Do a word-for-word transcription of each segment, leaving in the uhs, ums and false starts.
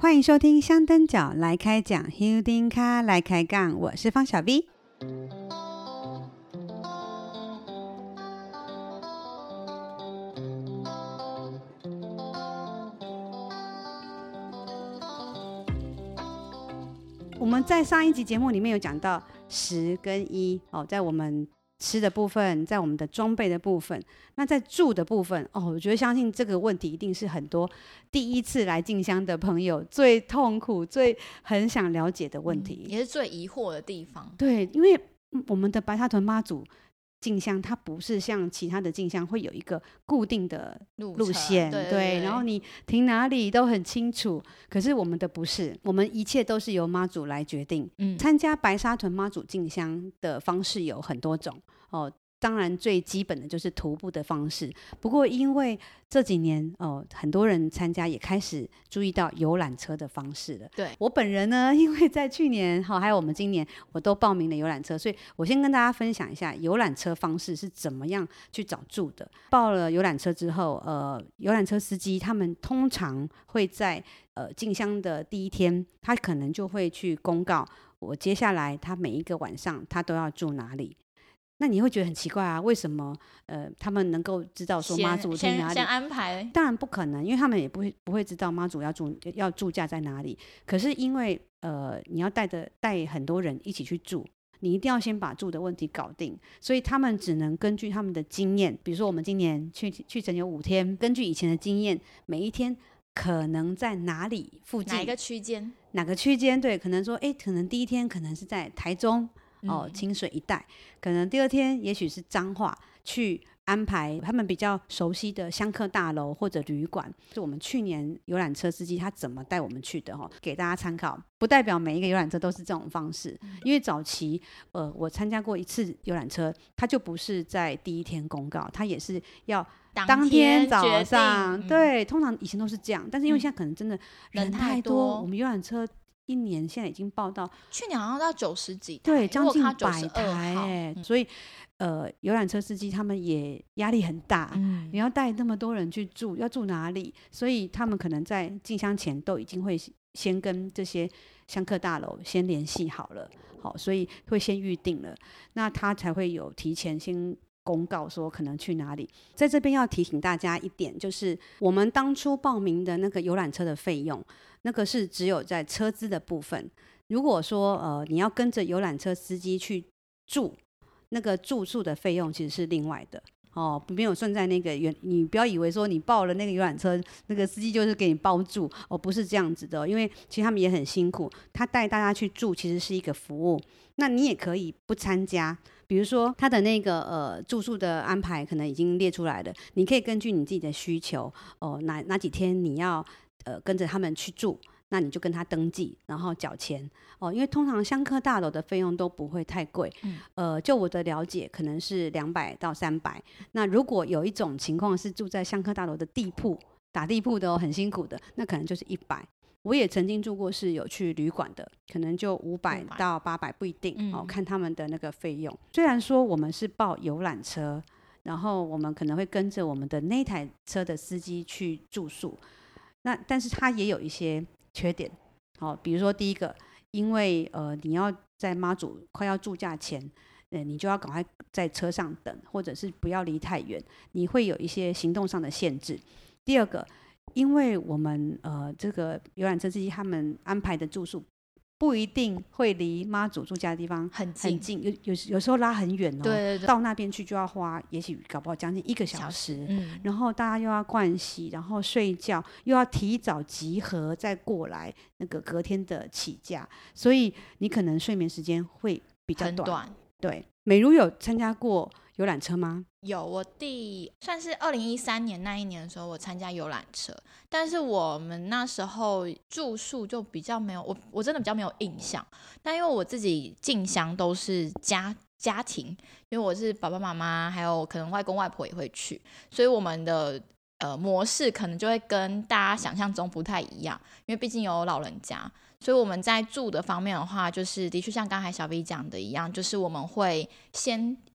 欢迎收听香灯脚来开讲 Holding 卡来开杠，我是方小 V。我们在上一集节目里面有讲到十跟一、哦、在我们吃的部分，在我们的装备的部分，那在住的部分哦，我觉得相信这个问题一定是很多第一次来进香的朋友最痛苦、最很想了解的问题、 嗯、也是最疑惑的地方。 对，因为我们的白沙屯妈祖进香，它不是像其他的进香会有一个固定的路线， 对, 对, 对, 对， 然后你停哪里都很清楚。可是我们的不是，我们一切都是由妈祖来决定。嗯，参加白沙屯妈祖进香的方式有很多种哦。当然最基本的就是徒步的方式，不过因为这几年、哦、很多人参加也开始注意到游览车的方式了。 对， 我本人呢，因为在去年、哦、还有我们今年我都报名了游览车，所以我先跟大家分享一下游览车方式是怎么样去找住的。报了游览车之后，呃，游览车司机他们通常会在呃进香的第一天，他可能就会去公告我接下来他每一个晚上他都要住哪里。那你会觉得很奇怪啊，为什么呃他们能够知道说妈祖在哪里？ 先安排？ 当然不可能，因为他们也不会不会知道妈祖要住要住驾在哪里。可是因为呃你要带的带很多人一起去住，你一定要先把住的问题搞定，所以他们只能根据他们的经验，比如说我们今年去去程有五天，根据以前的经验，每一天可能在哪里附近， 哪一个区间？ 哪个区间？对，可能说，哎，可能第一天可能是在台中。哦，清水一带，可能第二天也许是彰化，去安排他们比较熟悉的香客大楼或者旅馆。就我们去年游览车司机他怎么带我们去的、哦、给大家参考，不代表每一个游览车都是这种方式。嗯、因为早期呃，我参加过一次游览车，他就不是在第一天公告，他也是要当天早上、嗯、对，通常以前都是这样，但是因为现在可能真的人太多， 人太多我们游览车一年现在已经报到， 去年好像到九十几台， 对，将近百台、欸嗯、 所以呃，游览车司机他们也压力很大、嗯、你要带那么多人去住，要住哪里？所以他们可能在进香前都已经会先跟这些香客大楼先联系好了，好，所以会先预定了，那他才会有提前先公告说可能去哪里。在这边要提醒大家一点，就是我们当初报名的那个游览车的费用，那个是只有在车资的部分。如果说呃你要跟着游览车司机去住，那个住宿的费用其实是另外的哦，没有算在那个原。你不要以为说你报了那个游览车，那个司机就是给你包住哦，不是这样子的、哦。因为其实他们也很辛苦，他带大家去住其实是一个服务。那你也可以不参加，比如说他的那个呃住宿的安排可能已经列出来了，你可以根据你自己的需求哦，哪哪几天你要呃跟着他们去住，那你就跟他登记，然后缴钱哦。因为通常香客大楼的费用都不会太贵，嗯、呃，就我的了解，可能是两百到三百。那如果有一种情况是住在香客大楼的地铺，打地铺的哦，很辛苦的，那可能就是一百。我也曾经住过是有去旅馆的，可能就五百到八百不一定、嗯哦、看他们的那个费用。虽然说我们是报游览车，然后我们可能会跟着我们的那台车的司机去住宿，那但是它也有一些缺点、哦、比如说第一个，因为呃你要在妈祖快要驻驾前、呃、你就要赶快在车上等，或者是不要离太远，你会有一些行动上的限制。第二个，因为我们呃这个游览车司机他们安排的住宿不一定会离妈祖住家的地方很近，很近， 有, 有, 有时候拉很远哦。对对对，到那边去就要花也许搞不好将近一个小时，小时嗯、然后大家又要盥洗，然后睡觉，又要提早集合再过来那个隔天的起驾，所以你可能睡眠时间会比较短。很短。对，美如有参加过游览车吗？ 有，我第算是二零一三年那一年的时候，我参加游览车，但是我们那时候住宿就比较没有，我我真的比较没有印象。但因为我自己进香都是家家庭，因为我是爸爸妈妈，还有可能外公外婆也会去，所以我们的呃模式可能就会跟大家想象中不太一样，因为毕竟有老人家。所以我们在住的方面的话，就是的确像刚才小 V 讲的一样，就是我们会先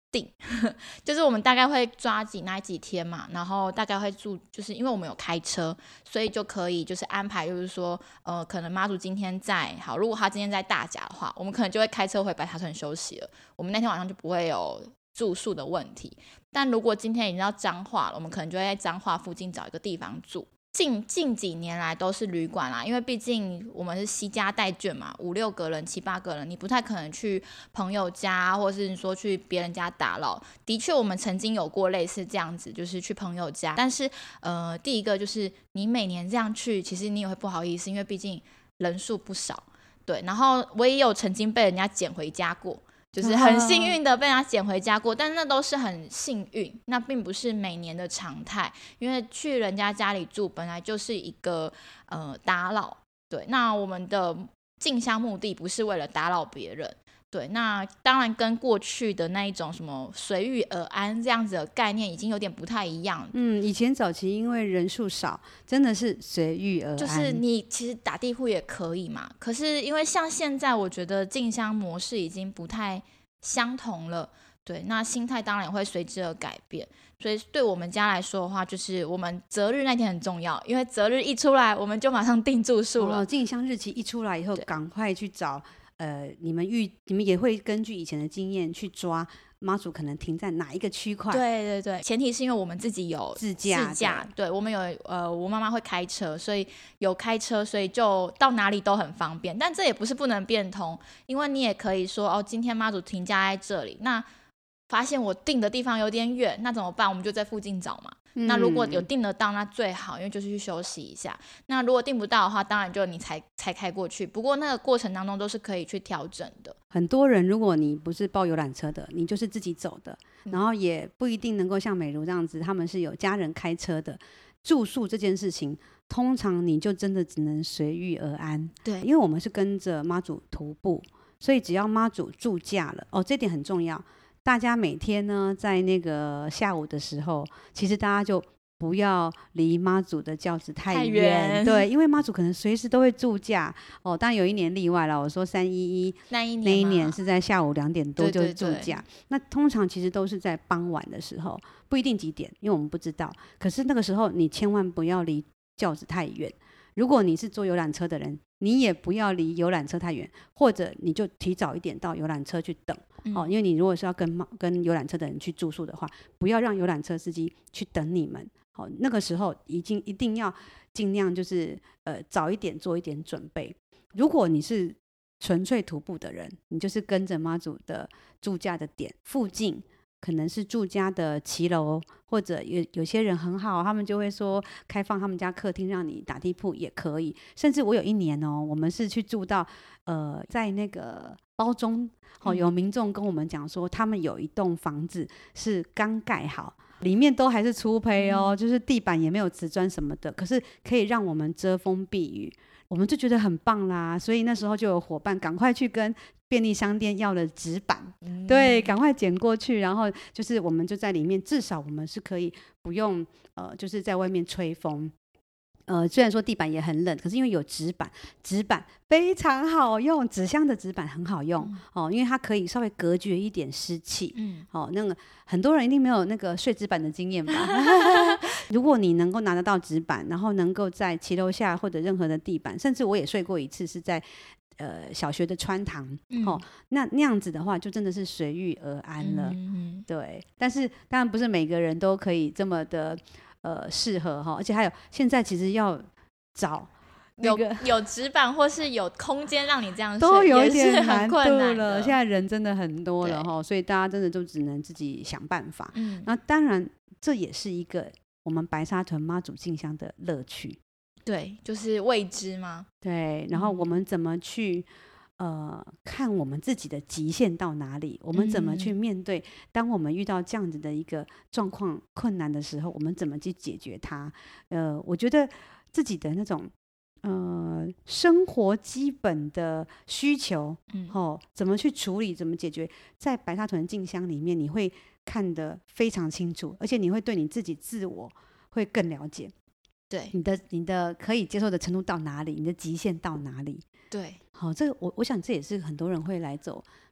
定就是我们大概会抓紧哪几天嘛，然后大概会住，就是因为我们有开车，所以就可以就是安排，就是说呃，可能妈祖今天在，好，如果他今天在大甲的话，我们可能就会开车回白沙屯休息了，我们那天晚上就不会有住宿的问题。但如果今天已经到彰化了，我们可能就会在彰化附近找一个地方住。近近几年来都是旅馆啦，因为毕竟我们是惜家带眷嘛，五六个人、七八个人，你不太可能去朋友家，或是你说去别人家打扰。的确，我们曾经有过类似这样子，就是去朋友家，但是呃，第一个就是你每年这样去，其实你也会不好意思，因为毕竟人数不少，对。然后我也有曾经被人家捡回家过。就是很幸运的被他捡回家过，但那都是很幸运，那并不是每年的常态，因为去人家家里住本来就是一个呃打扰，对，那我们的进香目的不是为了打扰别人，对，那当然跟过去的那一种什么随遇而安这样子的概念已经有点不太一样。 嗯，以前早期因为人数少，真的是随遇而安， 就是你其实打地铺也可以嘛，可是因为像现在我觉得进香模式已经不太相同了，对，那心态当然也会随之而改变。所以对我们家来说的话，就是我们择日那天很重要，因为择日一出来我们就马上订住宿了。 哦，进香日期一出来以后赶快去找呃，你们预你们也会根据以前的经验去抓妈祖可能停在哪一个区块。 对对对，前提是因为我们自己有自驾， 自驾，对，我们有呃，我妈妈会开车，所以有开车，所以就到哪里都很方便。但这也不是不能变通，因为你也可以说哦，今天妈祖停驾在这里，那发现我订的地方有点远，那怎么办？我们就在附近找嘛。嗯、那如果有订得到，那最好，因为就是去休息一下。那如果订不到的话，当然就你才才开过去。不过那个过程当中都是可以去调整的。 很多人，如果你不是包游览车的，你就是自己走的，嗯、然后也不一定能够像美如这样子，他们是有家人开车的。住宿这件事情，通常你就真的只能随遇而安。 对， 因为我们是跟着妈祖徒步，所以只要妈祖驻驾了，哦，这点很重要。大家每天呢，在那个下午的时候，其实大家就不要离妈祖的轿子太远，对，因为妈祖可能随时都会驻驾哦。当然有一年例外了，我说三一一那一年那一年是在下午两点多就驻驾， 对对对， 那通常其实都是在傍晚的时候，不一定几点，因为我们不知道。可是那个时候你千万不要离轿子太远。如果你是坐游览车的人，你也不要离游览车太远，或者你就提早一点到游览车去等。嗯哦、因为你如果是要跟跟游览车的人去住宿的话，不要让游览车司机去等你们。哦、那个时候已经一定要尽量就是呃早一点做一点准备。如果你是纯粹徒步的人，你就是跟着妈祖的住驾的点附近，可能是住家的骑楼，或者有有些人很好，他们就会说开放他们家客厅让你打地铺也可以。甚至我有一年哦，我们是去住到呃在那个包中，哦，有民众跟我们讲说，他们有一栋房子是刚盖好，里面都还是粗胚哦，就是地板也没有瓷砖什么的，可是可以让我们遮风避雨，我们就觉得很棒啦。所以那时候就有伙伴赶快去跟便利商店要了纸板，嗯、对，赶快捡过去，然后就是我们就在里面，至少我们是可以不用呃，就是在外面吹风。呃，虽然说地板也很冷，可是因为有纸板，纸板非常好用，纸箱的纸板很好用、嗯、哦，因为它可以稍微隔绝一点湿气。嗯，哦，那个很多人一定没有那个睡纸板的经验吧？如果你能够拿得到纸板，然后能够在骑楼下或者任何的地板，甚至我也睡过一次，是在呃小学的穿堂、嗯哦、那那样子的话，就真的是随遇而安了。嗯、对，但是当然不是每个人都可以这么的。呃，适合哈，而且还有现在其实要找、那個、 有有纸板或是有空间让你这样睡， 都有一点难度了。 了现在人真的很多了哈，所以大家真的就只能自己想办法。嗯，那当然这也是一个我们白沙屯妈祖进香的乐趣。 对，就是未知嘛。 对，然后我们怎么去？呃，看我们自己的极限到哪里，我们怎么去面对、嗯、当我们遇到这样子的一个状况困难的时候，我们怎么去解决它。呃，我觉得自己的那种呃生活基本的需求、嗯哦、怎么去处理，怎么解决，在白沙屯进香里面你会看得非常清楚，而且你会对你自己自我会更了解。 对， 你的你的可以接受的程度到哪里，你的极限到哪里。 对， 好，这个我我想这也是很多人会来走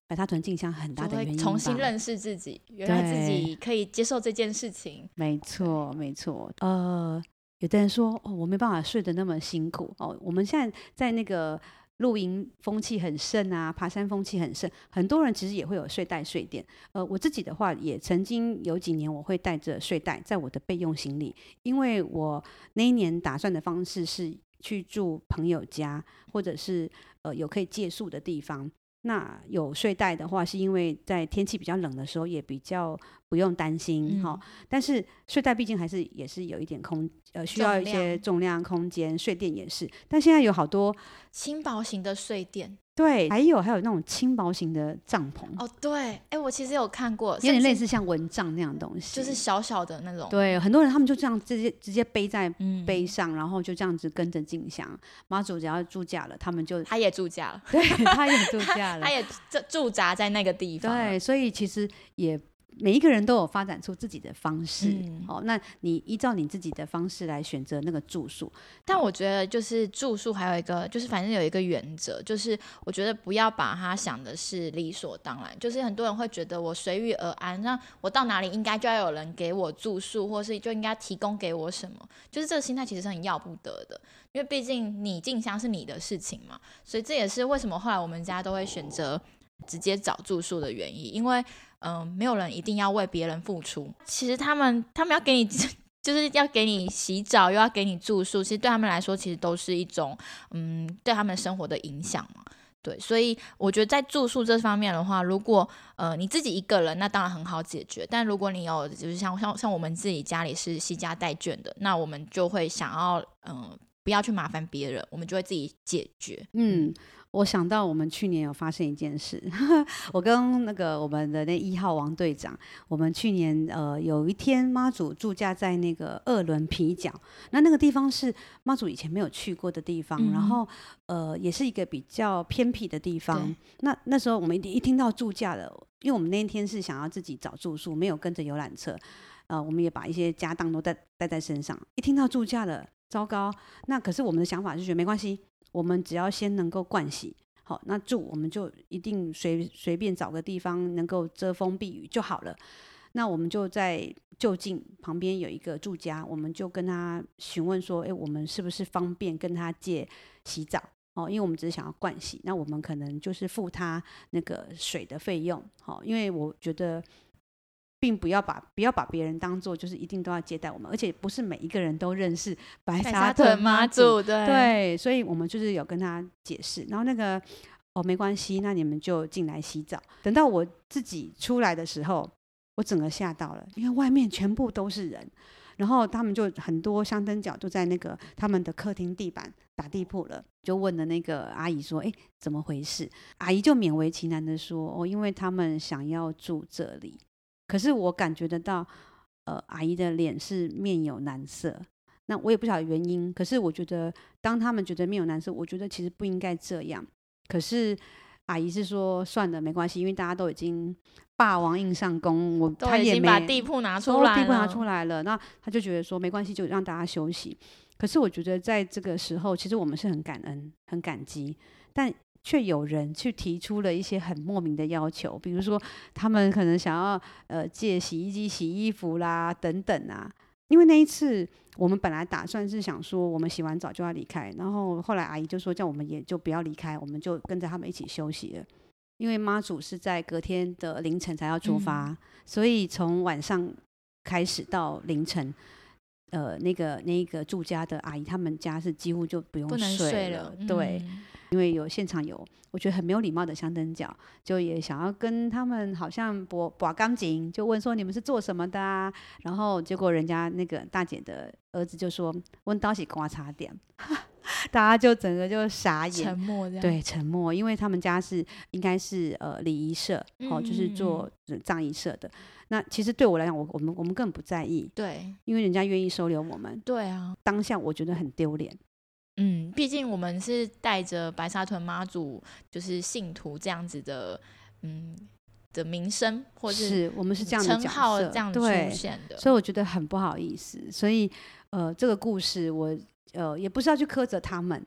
白沙屯进香很大的原因吧， 重新认识自己，原来自己可以接受这件事情。 没错没错。呃，有的人说哦，我没办法睡得那么辛苦哦。我们现在在那个露营风气很盛啊，爬山风气很盛，很多人其实也会有睡袋睡垫。呃，我自己的话也曾经有几年我会带着睡袋在我的备用行李，因为我那一年打算的方式是去住朋友家，或者是呃有可以借宿的地方。那有睡袋的话，是因为在天气比较冷的时候也比较不用担心哈、嗯。但是睡袋毕竟还是也是有一点空呃需要一些重量空间，睡垫也是。但现在有好多轻薄型的睡垫， 对，还有还有那种轻薄型的帐篷。 哦，对，哎、欸，我其实有看过， 有点类似像蚊帐那样的东西， 就是小小的那种。 对，很多人他们就这样直接直接背在背上、嗯，然后就这样子跟着进香。妈祖只要住驾了，他们就他也住驾了， 对，他也住驾了， 他也驻扎在那个地方。 对，所以其实也。每一个人都有发展出自己的方式、嗯哦、那你依照你自己的方式来选择那个住宿。 但我觉得就是住宿还有一个就是反正有一个原则，就是我觉得不要把它想的是理所当然，就是很多人会觉得我随遇而安，那我到哪里应该就要有人给我住宿，或是就应该提供给我什么，就是这个心态其实是很要不得的，因为毕竟你进香是你的事情嘛，所以这也是为什么后来我们家都会选择直接找住宿的原因，因为嗯、呃，没有人一定要为别人付出。其实他们他们要给你，就是要给你洗澡，又要给你住宿，其实对他们来说，其实都是一种嗯，对他们生活的影响嘛。对，所以我觉得在住宿这方面的话，如果呃你自己一个人，那当然很好解决。但如果你有，就是像像像我们自己家里是携家带眷的，那我们就会想要嗯、呃，不要去麻烦别人，我们就会自己解决。 嗯。我想到我们去年有发生一件事，我跟那个我们的那一号王队长，我们去年呃有一天妈祖驻驾在那个二轮皮角，那那个地方是妈祖以前没有去过的地方，嗯、然后呃也是一个比较偏僻的地方。那那时候我们一听到驻驾了，因为我们那一天是想要自己找住宿，没有跟着游览车，呃我们也把一些家当都带带在身上。一听到驻驾了，糟糕！那可是我们的想法是觉得没关系。我们只要先能够盥洗，好，那住我们就一定随随便找个地方能够遮风避雨就好了。那我们就在就近旁边有一个住家，我们就跟他询问说，哎，我们是不是方便跟他借洗澡？哦，因为我们只是想要盥洗，那我们可能就是付他那个水的费用，好，因为我觉得。并不要把不要把别人当作就是一定都要接待我们，而且不是每一个人都认识白沙屯妈祖， 对对，所以我们就是有跟他解释，然后那个哦没关系，那你们就进来洗澡。等到我自己出来的时候，我整个吓到了，因为外面全部都是人，然后他们就很多香灯脚都在那个他们的客厅地板打地铺了，就问了那个阿姨说，哎，怎么回事？阿姨就勉为其难的说，哦，因为他们想要住这里。可是我感觉得到，呃，阿姨的脸是面有难色。那我也不晓得原因，可是我觉得，当他们觉得面有难色，我觉得其实不应该这样。可是阿姨是说，算了，没关系，因为大家都已经霸王硬上弓，我他也没把地铺拿出来了， 地铺拿出来了，那他就觉得说没关系，就让大家休息。可是我觉得在这个时候，其实我们是很感恩、很感激，但。却有人去提出了一些很莫名的要求，比如说他们可能想要呃借洗衣机洗衣服啦等等啊。因为那一次我们本来打算是想说我们洗完澡就要离开，然后后来阿姨就说叫我们也就不要离开，我们就跟着他们一起休息了。因为妈祖是在隔天的凌晨才要出发，嗯、所以从晚上开始到凌晨。呃，那个那个住家的阿姨，他们家是几乎就不用睡了， 不能睡了对、 嗯， 因为有现场有我觉得很没有礼貌的香灯脚，就也想要跟他们好像拨拨钢琴，就问说你们是做什么的啊？然后结果人家那个大姐的儿子就说，问到是刮擦点。大家就整个就傻眼， 沉默这样， 对，沉默，因为他们家是应该是呃礼仪社，哦、嗯，就是做葬仪社的。那其实对我来讲，我我们我们根本不在意， 对， 因为人家愿意收留我们， 对啊， 当下我觉得很丢脸。 嗯，毕竟我们是带着白沙屯妈祖就是信徒这样子的，嗯的名声，或是, 是我们是这样的称号这样出现的， 所以我觉得很不好意思。所以呃，这个故事我呃也不是要去苛责他们。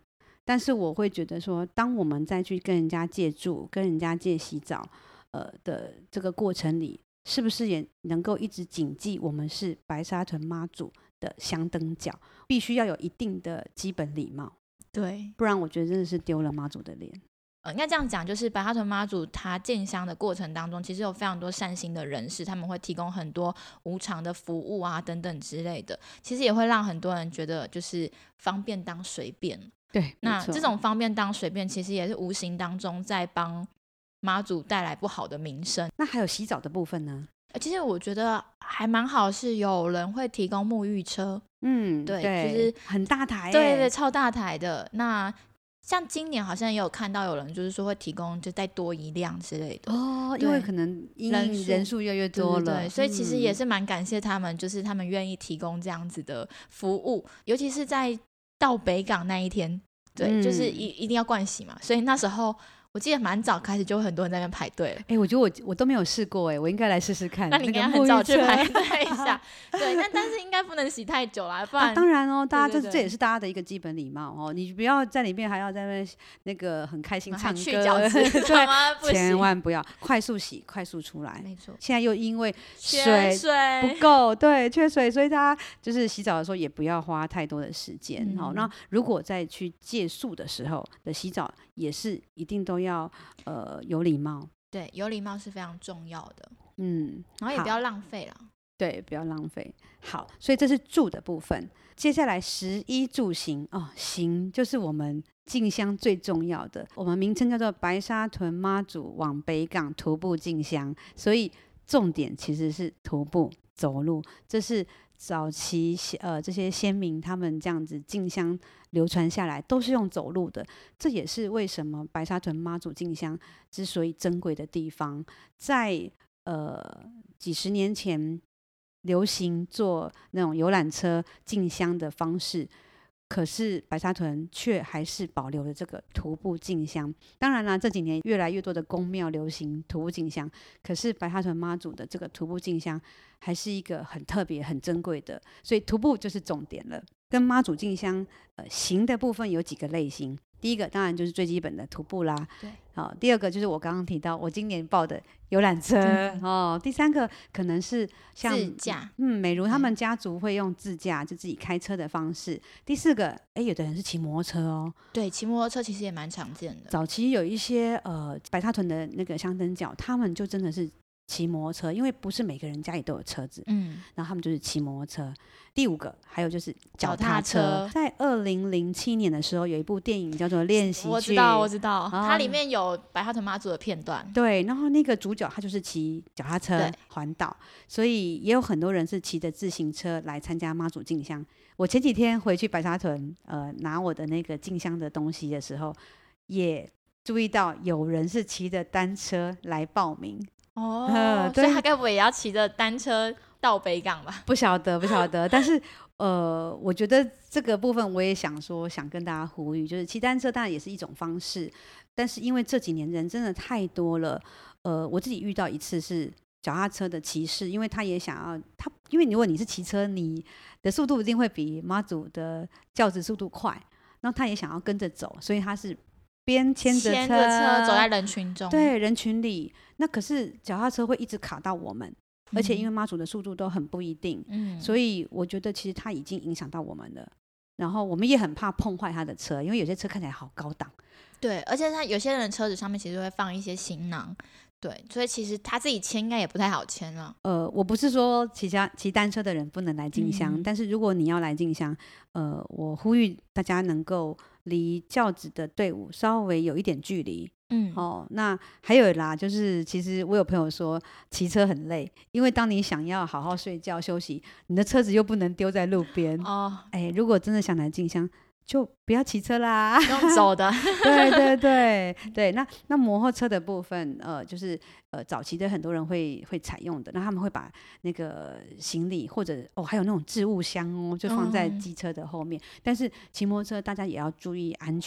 但是我会觉得说，当我们再去跟人家借住、跟人家借洗澡，呃的这个过程里，是不是也能够一直谨记我们是白沙屯妈祖的香灯脚，必须要有一定的基本礼貌， 对， 不然我觉得真的是丢了妈祖的脸。 呃，应该这样讲，就是白沙屯妈祖他进香的过程当中，其实有非常多善心的人士，他们会提供很多无偿的服务啊等等之类的，其实也会让很多人觉得就是方便当随便。 对， 那这种方便当随便，其实也是无形当中在帮妈祖带来不好的名声。 那还有洗澡的部分呢？ 其实我觉得还蛮好，是有人会提供沐浴车。 嗯， 对， 对， 就是很大台， 对对，超大台的。那像今年好像也有看到有人就是说会提供就再多一辆之类的哦，因为可能因人人数越来越多了， 对对对，所以其实也是蛮感谢他们，就是他们愿意提供这样子的服务，尤其是在到北港那一天，对，嗯、就是一一定要盥洗嘛，所以那时候我记得蛮早开始就有很多人在那边排队了。 哎、欸，我觉得我我都没有试过，哎，我应该来试试看。 那你应该很早去排队一下，对，但但是应该不能洗太久啦，不然、 啊、当然哦，大家这对对对这也是大家的一个基本礼貌哦，你不要在里面还要在那边那个很开心唱歌， 去角质对，千万不要快速洗，快速出来。 没错， 现在又因为水不够，对，缺水，所以大家就是洗澡的时候也不要花太多的时间。嗯、哦，那如果再去借宿的时候的洗澡，也是一定都要呃。呃，有礼貌， 对，有礼貌是非常重要的， 嗯， 然后也不要浪费啦， 对，不要浪费。好，所以这是住的部分，接下来食衣住行哦，行就是我们进香最重要的，我们名称叫做白沙屯妈祖往北港徒步进香，所以重点其实是徒步走路，这是早期呃这些先民他们这样子进香流传下来都是用走路的，这也是为什么白沙屯妈祖进香之所以珍贵的地方。在呃几十年前流行做那种游览车进香的方式，可是白沙屯却还是保留了这个徒步进香。当然啦，这几年越来越多的宫庙流行徒步进香，可是白沙屯妈祖的这个徒步进香还是一个很特别、很珍贵的，所以徒步就是重点了。跟妈祖进香，呃，行的部分有几个类型。第一个当然就是最基本的徒步啦， 对， 好，第二个就是我刚刚提到我今年报的游览车、嗯、哦，第三个可能是像自驾， 嗯，美如他们家族会用自驾，就自己开车的方式。第四个，哎，有的人是骑摩托车哦， 对，骑摩托车其实也蛮常见的。 早期有一些呃白沙屯的那个香灯脚，他们就真的是骑摩托车，因为不是每个人家里都有车子，嗯，然后他们就是骑摩托车。第五个还有就是脚踏车，在二零零七年的时候有一部电影叫做《练习曲》， 我知道我知道、哦、它里面有白沙屯妈祖的片段， 对，然后那个主角他就是骑脚踏车环岛，所以也有很多人是骑着自行车来参加妈祖进香。我前几天回去白沙屯呃拿我的那个进香的东西的时候，也注意到有人是骑着单车来报名哦、呃，所以他该不会也要骑着单车到北港吧？ 不晓得，不晓得。但是，呃，我觉得这个部分我也想说，想跟大家呼吁，就是骑单车当然也是一种方式，但是因为这几年人真的太多了，呃，我自己遇到一次是脚踏车的骑士，因为他也想要他，因为如果你是骑车，你的速度一定会比妈祖的轿子速度快，然后他也想要跟着走，所以他是边牵着 车, 牵着车走在人群中， 对，人群里。那可是脚踏车会一直卡到我们。而且因为妈祖的速度都很不一定、嗯、所以我觉得其实它已经影响到我们了，然后我们也很怕碰坏他的车，因为有些车看起来好高档， 对，而且他有些人车子上面其实会放一些行囊，对，所以其实他自己牵应该也不太好牵了。 呃，我不是说骑家骑单车的人不能来进香、嗯、但是如果你要来进香，呃，我呼吁大家能够离轿子的队伍稍微有一点距离。嗯，哦，那还有啦，就是其实我有朋友说骑车很累，因为当你想要好好睡觉休息，你的车子又不能丢在路边哦。哎，如果真的想来进香，就不要骑车啦， 用走的。 对对对对，那那摩托车的部分，呃，就是呃早期的很多人会会采用的，那他们会把那个行李或者哦还有那种置物箱哦，就放在机车的后面。嗯、但是骑摩托车大家也要注意安全。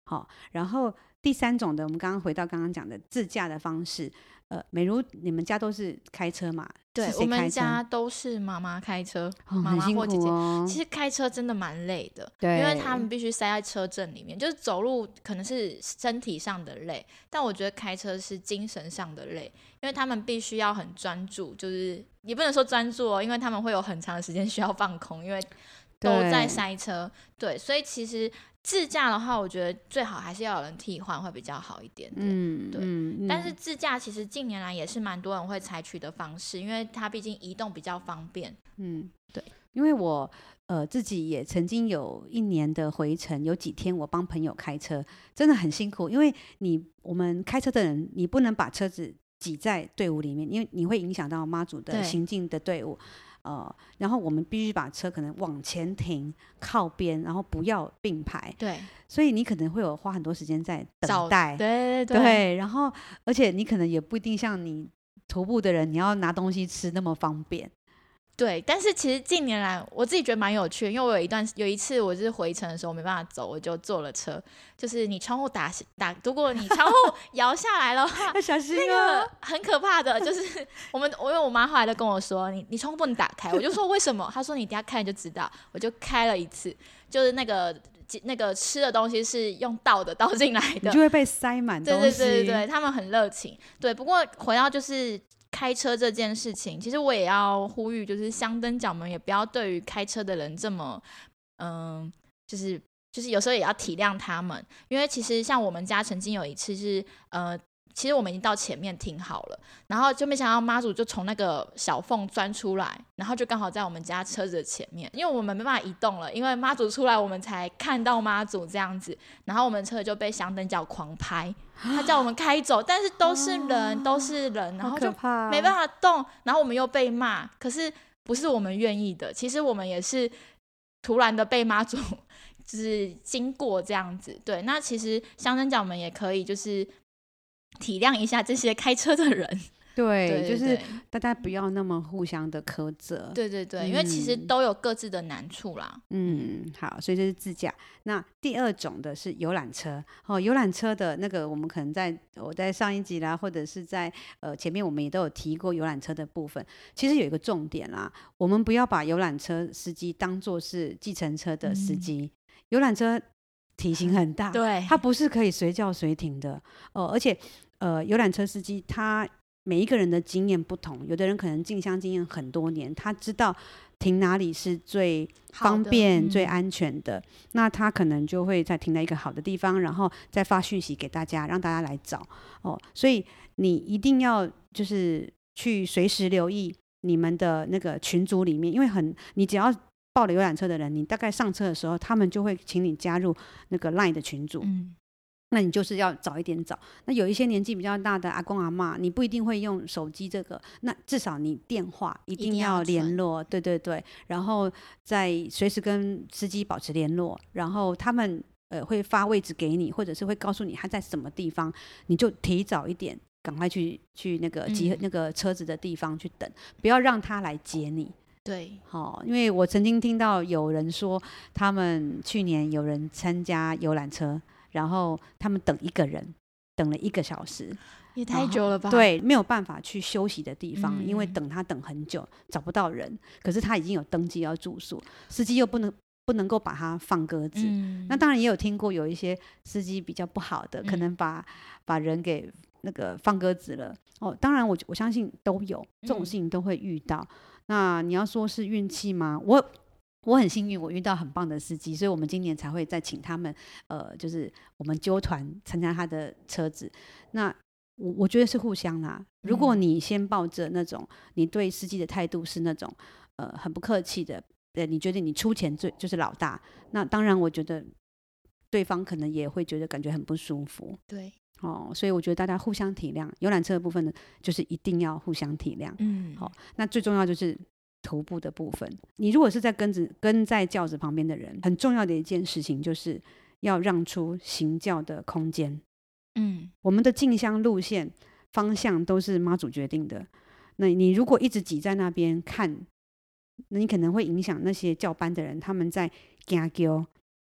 好，然后第三种的，我们刚刚回到刚刚讲的自驾的方式，呃，美如你们家都是开车嘛？ 对，我们家都是妈妈开车， 哦、 妈妈或姐姐、 哦、 其实开车真的蛮累的， 对， 因为他们必须塞在车阵里面，就是走路可能是身体上的累，但我觉得开车是精神上的累，因为他们必须要很专注，就是也不能说专注哦，因为他们会有很长的时间需要放空，因为都在塞车， 对， 对，所以其实自驾的话我觉得最好还是要有人替换会比较好一点点，嗯，对、嗯、但是自驾其实近年来也是蛮多人会采取的方式，因为它毕竟移动比较方便，嗯，对， 因为我呃自己也曾经有一年的回程，有几天我帮朋友开车，真的很辛苦，因为你我们开车的人你不能把车子挤在队伍里面，因为你会影响到妈祖的行进的队伍，呃，然后我们必须把车可能往前停靠边，然后不要并排， 对， 所以你可能会有花很多时间在等待， 对对对, 对，然后而且你可能也不一定像你徒步的人你要拿东西吃那么方便， 对，但是其实近年来我自己觉得蛮有趣的，因为我有一段有一次我是回程的时候没办法走，我就坐了车，就是你窗户打打，如果你窗户摇下来的话要小心、哦、 那个很可怕的，就是我们我因为我妈后来都跟我说你你窗户不能打开，我就说为什么，她说你等一下看就知道，我就开了一次，就是那个那个吃的东西是用倒的倒进来的， 你就会被塞满东西， 对对对对对，他们很热情，对，不过回到就是开车这件事情，其实我也要呼吁，就是香灯脚们也不要对于开车的人这么，嗯，就是就是有时候也要体谅他们，因为其实像我们家曾经有一次是，呃，其实我们已经到前面停好了，然后就没想到妈祖就从那个小缝钻出来，然后就刚好在我们家车子的前面，因为我们没办法移动了，因为妈祖出来我们才看到妈祖这样子，然后我们车就被香灯脚狂拍，他叫我们开走，但是都是人、哦、都是人，然后就没办法动，然后我们又被骂，可是不是我们愿意的，其实我们也是突然的被妈祖就是经过这样子，对，那其实香灯脚们也可以就是体谅一下这些开车的人， 对， 对对对， 就是大家不要那么互相的苛责， 对对对、嗯、因为其实都有各自的难处啦， 嗯，好，所以这是自驾。那第二种的是游览车，哦，游览车的那个我们可能在我在上一集啦，或者是在呃前面我们也都有提过游览车的部分，其实有一个重点啦，我们不要把游览车司机当作是计程车的司机，嗯、游览车体型很大， 对， 它不是可以随叫随停的哦，而且呃游览车司机他每一个人的经验不同，有的人可能进香经验很多年，他知道停哪里是最方便、嗯、最安全的，那他可能就会再停在一个好的地方，然后再发讯息给大家，让大家来找哦。所以你一定要就是去随时留意你们的那个群组里面，因为很你只要报了游览车的人，你大概上车的时候，他们就会请你加入那个 LINE 的群组。嗯，那你就是要早一点找。那有一些年纪比较大的阿公阿嬷，你不一定会用手机这个，那至少你电话一定要联络，对对对，然后再随时跟司机保持联络，然后他们呃会发位置给你，或者是会告诉你他在什么地方，你就提早一点，赶快去去那个集、嗯、那个车子的地方去等，不要让他来接你。 对， 好、哦，因为我曾经听到有人说，他们去年有人参加游览车，然后他们等一个人，等了一个小时， 也太久了吧？ 对，没有办法去休息的地方、嗯，因为等他等很久，找不到人。可是他已经有登记要住宿，司机又不能不能够把他放鸽子、嗯。那当然也有听过有一些司机比较不好的，可能把、嗯、把人给那个放鸽子了。哦，当然我我相信都有这种事情都会遇到。嗯，那你要说是运气吗？我我很幸运，我遇到很棒的司机，所以我们今年才会再请他们，呃，就是我们纠团参加他的车子。那我我觉得是互相啦。如果你先抱着那种你对司机的态度是那种呃很不客气的，对，你觉得你出钱最就是老大，那当然我觉得对方可能也会觉得感觉很不舒服。 对。 哦，所以我觉得大家互相体谅，游览车的部分呢，就是一定要互相体谅。嗯，好、哦，那最重要就是徒步的部分。你如果是在跟着跟在轿子旁边的人，很重要的一件事情就是要让出行轿的空间。嗯，我们的进香路线方向都是妈祖决定的。那你如果一直挤在那边看，那你可能会影响那些轿班的人，他们在行轿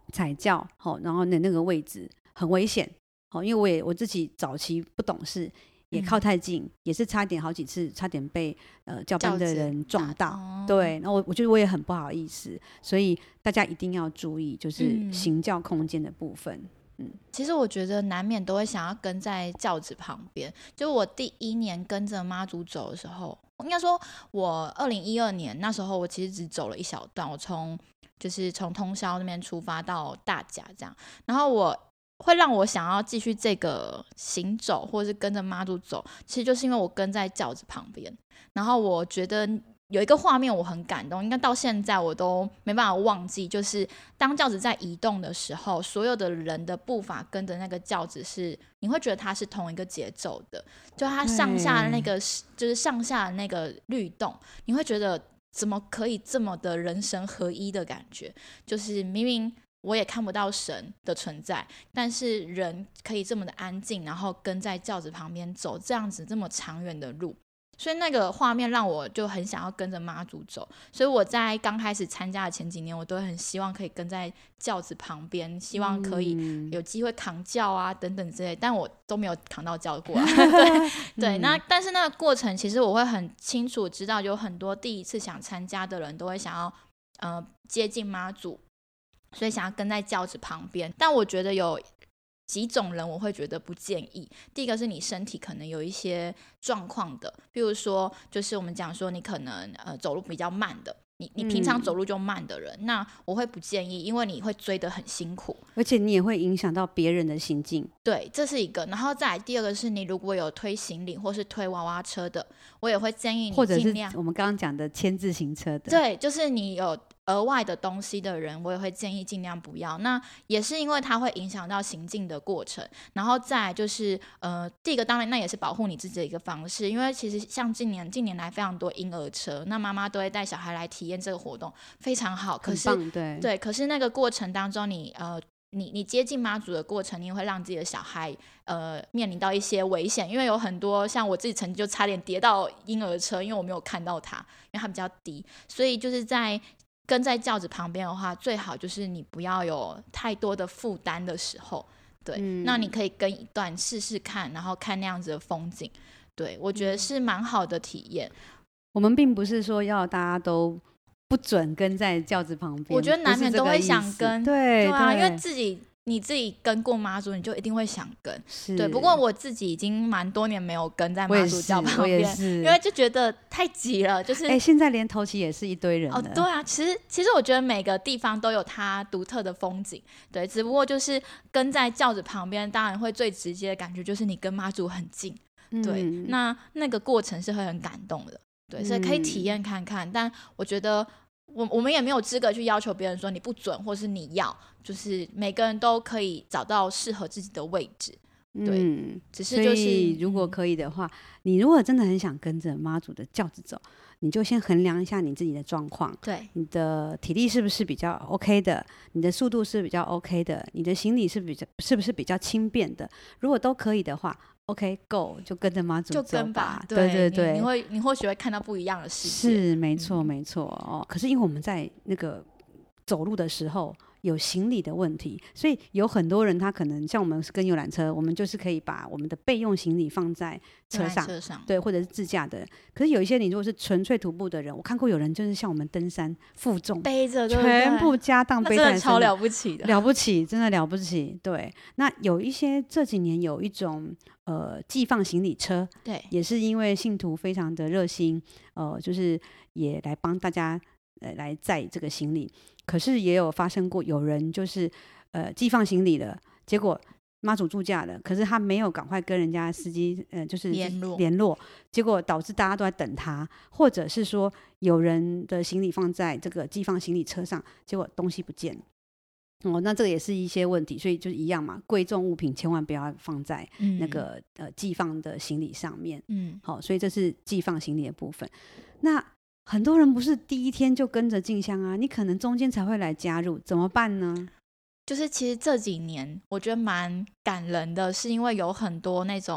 踩轿，哦，然后那那个位置很危险，哦，因为我也我自己早期不懂事，也靠太近，嗯、也是差点好几次差点被呃教班的人撞到，哦、对，然后我我觉得我也很不好意思，所以大家一定要注意，就是行教空间的部分。嗯， 其实我觉得难免都会想要跟在轿子旁边。就我第一年跟着妈祖走的时候，应该说我二零一二年那时候，我其实只走了一小段，我从就是从通霄那边出发到大甲这样，然后我会让我想要继续这个行走，或者是跟着妈祖走，其实就是因为我跟在轿子旁边，然后我觉得有一个画面我很感动，应该到现在我都没办法忘记，就是当轿子在移动的时候，所有的人的步伐跟着那个轿子是，你会觉得它是同一个节奏的，就它上下的那个，就是上下的那个律动，你会觉得怎么可以这么的人神合一的感觉，就是明明我也看不到神的存在，但是人可以这么的安静，然后跟在轿子旁边走这样子这么长远的路，所以那个画面让我就很想要跟着妈祖走，所以我在刚开始参加的前几年，我都很希望可以跟在轿子旁边，希望可以有机会扛轿啊等等之类，但我都没有扛到轿过、啊、对, 对那但是那个过程其实我会很清楚知道，有很多第一次想参加的人都会想要、呃、接近妈祖，所以想要跟在轿子旁边，但我觉得有几种人我会觉得不建议。第一个是你身体可能有一些状况的，比如说就是我们讲说你可能、呃、走路比较慢的，你你平常走路就慢的人、嗯、那我会不建议，因为你会追得很辛苦， 而且你也会影响到别人的行进。 对，这是一个。然后再来第二个是你如果有推行李或是推娃娃车的，我也会建议你尽量， 或者是我们刚刚讲的牵自行车的， 对，就是你有额外的东西的人，我也会建议尽量不要。那也是因为它会影响到行进的过程。然后再来就是呃，第一个当然那也是保护你自己的一个方式，因为其实像近年近年来非常多婴儿车，那妈妈都会带小孩来体验这个活动，非常好。可是很棒，对对，可是那个过程当中你呃。你你接近妈祖的过程，你也会让自己的小孩呃面临到一些危险，因为有很多像我自己曾经就差点跌到婴儿车，因为我没有看到它，因为它比较低，所以就是在跟在轿子旁边的话，最好就是你不要有太多的负担的时候，对、嗯，那你可以跟一段试试看，然后看那样子的风景，对，我觉得是蛮好的体验、嗯。 我们并不是说要大家都不准跟在轿子旁边， 我觉得难免都会想跟， 对对, 对啊， 对， 因为自己你自己跟过妈祖，你就一定会想跟，对。不过我自己已经蛮多年没有跟在妈祖轿旁边，因为就觉得太挤了，就是哎、欸，现在连头旗也是一堆人了。 哦，对啊，其实其实我觉得每个地方都有它独特的风景，对。只不过就是跟在轿子旁边，当然会最直接的感觉就是你跟妈祖很近，对。嗯、那那个过程是会很感动的。对，所以可以体验看看、嗯、但我觉得我我们也没有资格去要求别人说你不准或是你要，就是每个人都可以找到适合自己的位置。对、嗯、只是就是所以如果可以的话、嗯、你如果真的很想跟着妈祖的轿子走，你就先衡量一下你自己的状况， 对， 你的体力是不是比较 OK 的，你的速度是比较 OK 的，你的行李是比较是不是比较轻便的，如果都可以的话OK go 就跟着妈祖走吧， 就跟吧， 对对对， 你, 你会你或许会看到不一样的世界，是没错、嗯、没错哦。可是因为我们在那个走路的时候有行李的问题，所以有很多人他可能像我们跟游览车，我们就是可以把我们的备用行李放在车上， 车上对，或者是自驾的。可是有一些你如果是纯粹徒步的人，我看过有人就是像我们登山负重背着， 全部家当背在身上， 真的超了不起的， 了不起，真的了不起。对，那有一些这几年有一种呃寄放行李车， 对， 也是因为信徒非常的热心，呃，就是也来帮大家呃来载这个行李。可是也有发生过有人就是呃寄放行李了，结果妈祖驻驾了，可是他没有赶快跟人家司机呃就是联络联络，结果导致大家都在等他，或者是说有人的行李放在这个寄放行李车上，结果东西不见了。哦，那这个也是一些问题，所以就一样嘛，贵重物品千万不要放在那个、嗯、呃寄放的行李上面。嗯，好、哦，所以这是寄放行李的部分。那很多人不是第一天就跟着进香啊，你可能中间才会来加入，怎么办呢？ 就是其实这几年我觉得蛮感人的，是因为有很多那种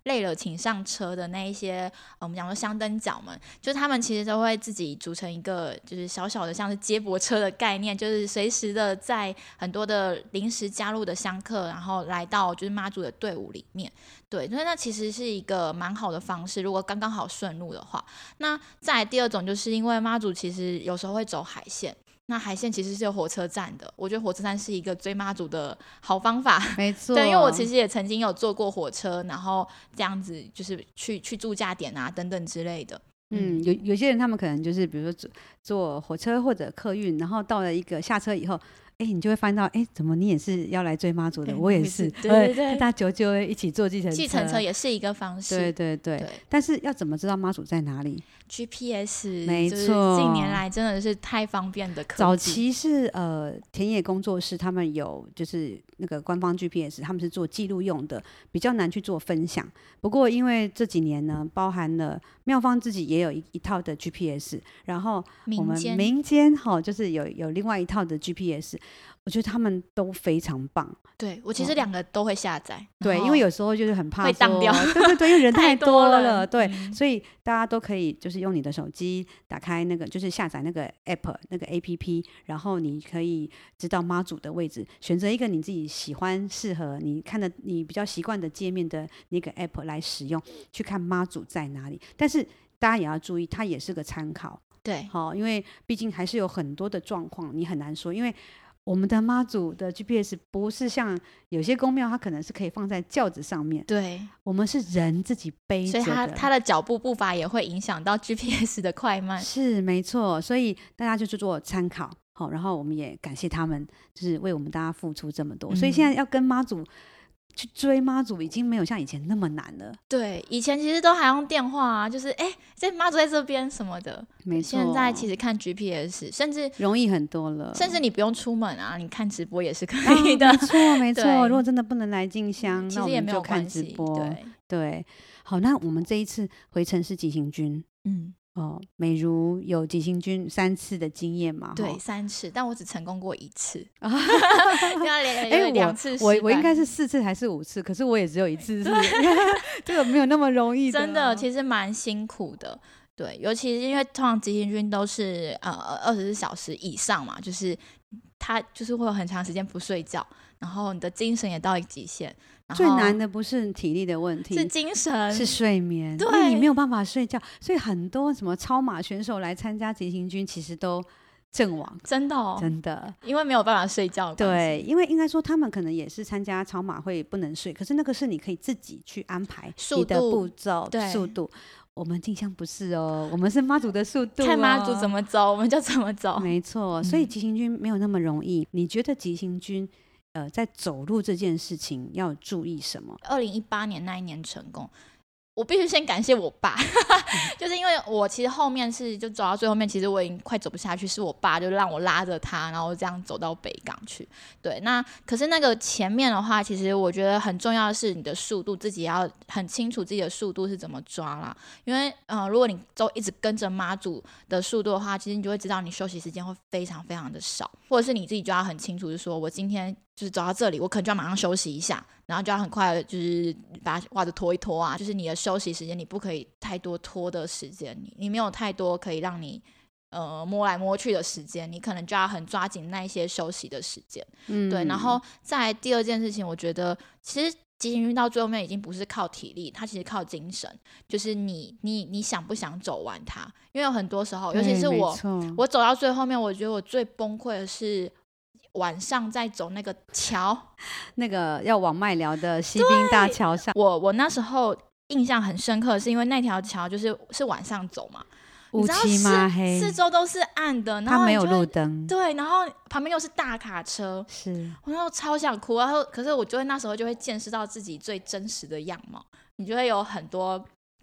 累了请上车的那一些、呃、我们讲说香灯脚们，就是他们其实都会自己组成一个就是小小的像是接驳车的概念，就是随时的在很多的临时加入的香客，然后来到就是妈祖的队伍里面。对，所以那其实是一个蛮好的方式，如果刚刚好顺路的话。那再来第二种，就是因为妈祖其实有时候会走海线，那海线其实是有火车站的，我觉得火车站是一个追妈祖的好方法。 没错， 对，因为我其实也曾经有坐过火车，然后这样子就是去去驻驾点啊等等之类的。 嗯，有有些人他们可能就是比如说坐坐火车或者客运，然后到了一个下车以后，哎，你就会翻到，哎，怎么你也是要来追妈祖的？我也是， 对对对， 跟他久久一起坐计程车， 计程车也是一个方式。 对对 对, 对，但是要怎么知道妈祖在哪里 ？G P S， 没错， 就是近年来真的是太方便的科技。 早期是呃田野工作室他们有就是那个官方 G P S， 他们是做记录用的，比较难去做分享。不过因为这几年呢，包含了妙方自己也有 一, 一套的 G P S， 然后我们民间哈、哦、就是有有另外一套的 G P S。我觉得他们都非常棒。 对，我其实两个都会下载、哦、 对，因为有时候就是很怕会当掉， 对对对，因为人太多了， 多了对、 嗯， 所以大家都可以就是用你的手机打开那个就是下载那个 app 那个 A P P， 然后你可以知道妈祖的位置，选择一个你自己喜欢适合你看的你比较习惯的界面的那个 app 来使用，去看妈祖在哪里。但是大家也要注意，它也是个参考， 对， 好、哦，因为毕竟还是有很多的状况你很难说，因为我们的妈祖的 G P S 不是像有些宫庙它可能是可以放在轿子上面， 对， 我们是人自己背着的， 所以它它的脚步步伐也会影响到 G P S 的快慢， 是没错，所以大家就去做参考。好，然后我们也感谢他们就是为我们大家付出这么多、嗯、所以现在要跟妈祖去追妈祖已经没有像以前那么难了。 对，以前其实都还用电话啊，就是哎，这妈祖在这边什么的， 没错。 现在其实看 G P S 甚至容易很多了， 甚至你不用出门啊，你看直播也是可以的、 啊、没错没错。如果真的不能来进香， 其实也没有看直播。 对对，好，那我们这一次回程是急行军，嗯。哦，美如有急行军三次的经验嘛？ 对，三次，但我只成功过一次。哎，两次我我应该是四次还是五次？可是我也只有一次是，这个没有那么容易的、啊。 真的，其实蛮辛苦的。对，尤其是因为通常急行军都是呃二十四小时以上嘛，就是他就是会有很长时间不睡觉，然后你的精神也到极限。 最难的不是体力的问题， 是精神， 是睡眠。 对， 因为你没有办法睡觉，所以很多什么超马选手来参加急行军，其实都阵亡。 真的、哦， 真的， 因为没有办法睡觉。 对，因为应该说他们可能也是参加超马会不能睡，可是那个是你可以自己去安排你的步骤、速度。我们进香不是哦，我们是妈祖的速度、哦， 看妈祖怎么走，我们就怎么走。 没错，所以急行军没有那么容易。嗯、你觉得急行军？呃，在走路这件事情要注意什么？ 二零一八年那一年成功，我必须先感谢我爸，就是因为我其实后面是就走到最后面，其实我已经快走不下去，是我爸就让我拉着他，然后这样走到北港去。对，那可是那个前面的话，其实我觉得很重要的是你的速度，自己要很清楚自己的速度是怎么抓啦。因为呃，如果你都一直跟着妈祖的速度的话，其实你就会知道你休息时间会非常非常的少，或者是你自己就要很清楚，就是说我今天就是走到这里，我可能就要马上休息一下，然后就要很快的就是把袜子脱一脱啊，就是你的休息时间你不可以太多拖的时间，你你没有太多可以让你呃摸来摸去的时间，你可能就要很抓紧那一些休息的时间。嗯，对。然后再来第二件事情，我觉得其实急行军到最后面已经不是靠体力，它其实靠精神，就是你你你想不想走完它。因为有很多时候，尤其是我我走到最后面，我觉得我最崩溃的是晚上在走那个桥， 那个要往麦寮的西滨大桥上， 我我那时候印象很深刻，是因为那条桥就是是晚上走嘛， 乌漆嘛黑， 四周都是暗的，然后它没有路灯， 对，然后旁边又是大卡车， 是我那时候超想哭，然后可是我就会那时候就会见识到自己最真实的样貌，你就会有很多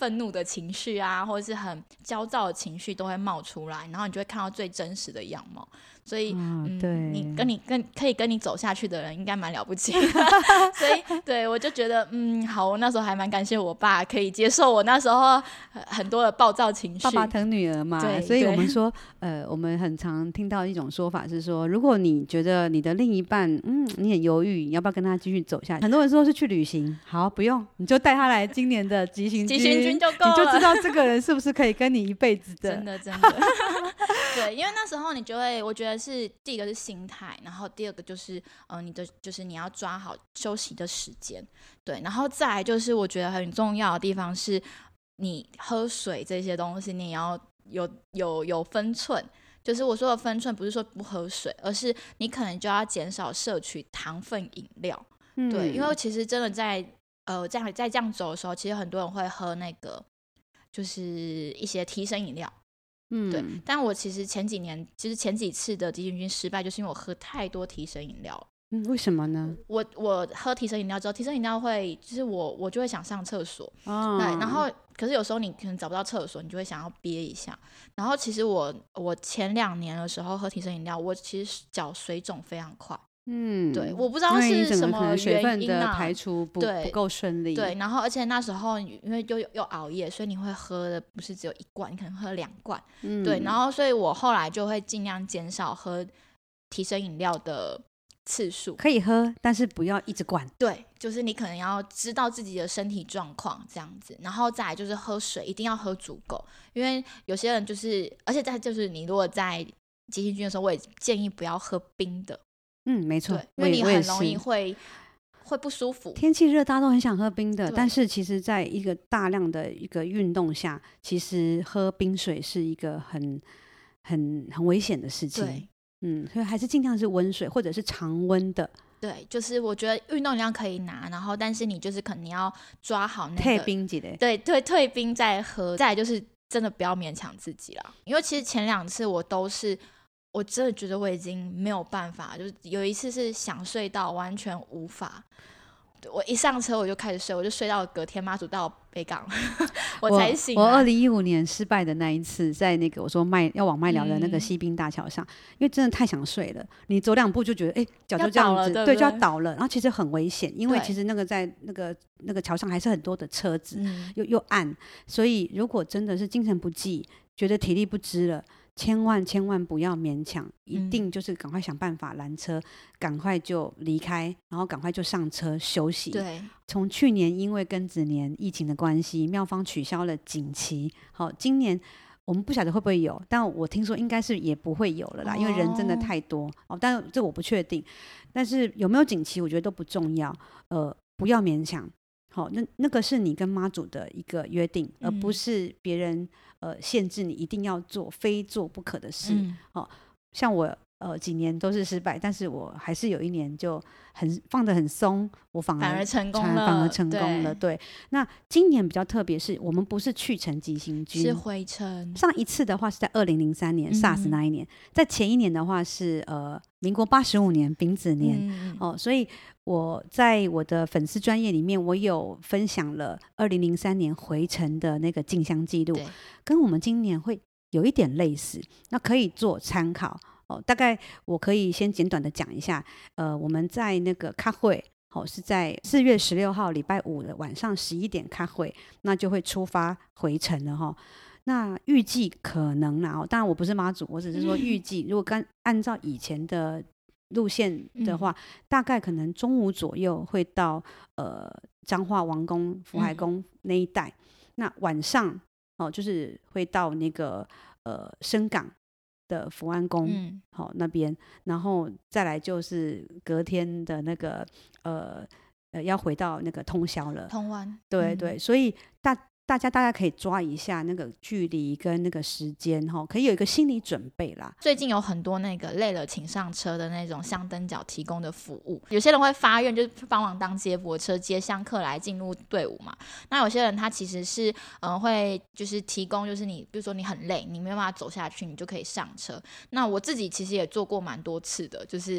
愤怒的情绪啊，或者是很焦躁的情绪都会冒出来，然后你就会看到最真实的样貌。所以、 哦嗯、 对， 你跟你跟可以跟你走下去的人应该蛮了不起的所以对我就觉得嗯好，我那时候还蛮感谢我爸可以接受我那时候很多的暴躁情绪。 爸爸疼女儿嘛， 对， 所以我们说呃，我们很常听到一种说法是说，如果你觉得你的另一半嗯你很犹豫，你要不要跟他继续走下去，很多人说是去旅行，好，不用，你就带他来今年的急行军， 急行军就够了， 你就知道这个人是不是可以跟你一辈子的。 真的真的对，因为那时候你就会，我觉得是第一个是心态，然后第二个就是呃你的就是你要抓好休息的时间，对，然后再来就是我觉得很重要的地方是你喝水这些东西你也要有有有分寸。就是我说的分寸不是说不喝水，而是你可能就要减少摄取糖分饮料、嗯、对，因为其实真的在呃这样在这样走的时候，其实很多人会喝那个就是一些提神饮料，嗯，对，但我其实前几年其实前几次的急行军失败就是因为我喝太多提神饮料。 嗯，为什么呢？ 我我喝提神饮料之后，提神饮料会就是我我就会想上厕所、哦、对，然后可是有时候你可能找不到厕所，你就会想要憋一下。然后其实我我前两年的时候喝提神饮料，我其实脚水肿非常快。嗯，对，我不知道是什么原因啊， 水分的排出不不够顺利。 对，然后而且那时候因为又又熬夜，所以你会喝的不是只有一罐，你可能喝两罐。嗯，对，然后所以我后来就会尽量减少喝提神饮料的次数， 可以喝，但是不要一直灌。 对，就是你可能要知道自己的身体状况这样子，然后再来就是喝水一定要喝足够，因为有些人就是，而且再就是你如果在急行军的时候，我也建议不要喝冰的。 嗯，没错， 因为你很容易会会不舒服。 天气热，大家都很想喝冰的，但是其实在一个大量的一个运动下，其实喝冰水是一个很很很危险的事情。对，嗯，所以还是尽量是温水或者是常温的。 对，就是我觉得运动量可以拿，然后但是你就是可能要抓好那个退冰几的， 对对，退冰再喝。再来就是真的不要勉强自己啦，因为其实前两次我都是。我真的觉得我已经没有办法，就是有一次是想睡到完全无法，我一上车我就开始睡，我就睡到隔天妈祖到北港我才醒来。 我二零一五年失败的那一次，在那个我说麦要往麦寮的那个西滨大桥上、嗯、因为真的太想睡了，你走两步就觉得哎脚就这样子， 对, 对就要倒了，然后其实很危险，因为其实那个在那个那个桥上还是很多的车子、嗯、又又暗，所以如果真的是精神不济，觉得体力不支了，千万千万不要勉强，一定就是赶快想办法拦车，赶、嗯、快就离开，然后赶快就上车休息。对，从去年因为庚子年疫情的关系，庙方取消了锦旗，好，今年我们不晓得会不会有，但我听说应该是也不会有了啦、哦、因为人真的太多哦，但这我不确定。但是有没有锦旗我觉得都不重要，呃，不要勉强。好，那那个是你跟妈祖的一个约定、嗯、而不是别人呃限制你一定要做非做不可的事、嗯哦、像我呃几年都是失败，但是我还是有一年就很放得很松，我反而反而成功了， 反而成功了。 对, 对，那今年比较特别，是我们不是去程急行军， 是回程。 上一次的话是在二零零三年、嗯、SARS 那一年，在前一年的话是呃民国八十五年丙子年、嗯哦、所以我在我的粉丝专页里面，我有分享了二零零三年回程的那个进香记录，跟我们今年会有一点类似，那可以做参考、哦、大概我可以先简短的讲一下，呃，我们在那个开会、哦、是在四月十六号礼拜五的晚上十一点开会，那就会出发回程了、哦、那预计可能啦、哦、当然我不是妈祖，我只是说预计、嗯、如果刚按照以前的路线的话、嗯、大概可能中午左右会到呃彰化王宫福海宫那一带、嗯、那晚上哦就是会到那个呃深港的福安宫、嗯哦、那边，然后再来就是隔天的那个呃呃要回到那个通霄了， 通湾， 对对、嗯、所以大大家大概可以抓一下那个距离跟那个时间，可以有一个心理准备啦。 最近有很多那个累了请上车的那种香灯脚提供的服务，有些人会发愿就是帮忙当接驳车接香客来进入队伍嘛，那有些人他其实是、呃、会就是提供，就是你比如说你很累你没有办法走下去，你就可以上车。那我自己其实也做过蛮多次的，就是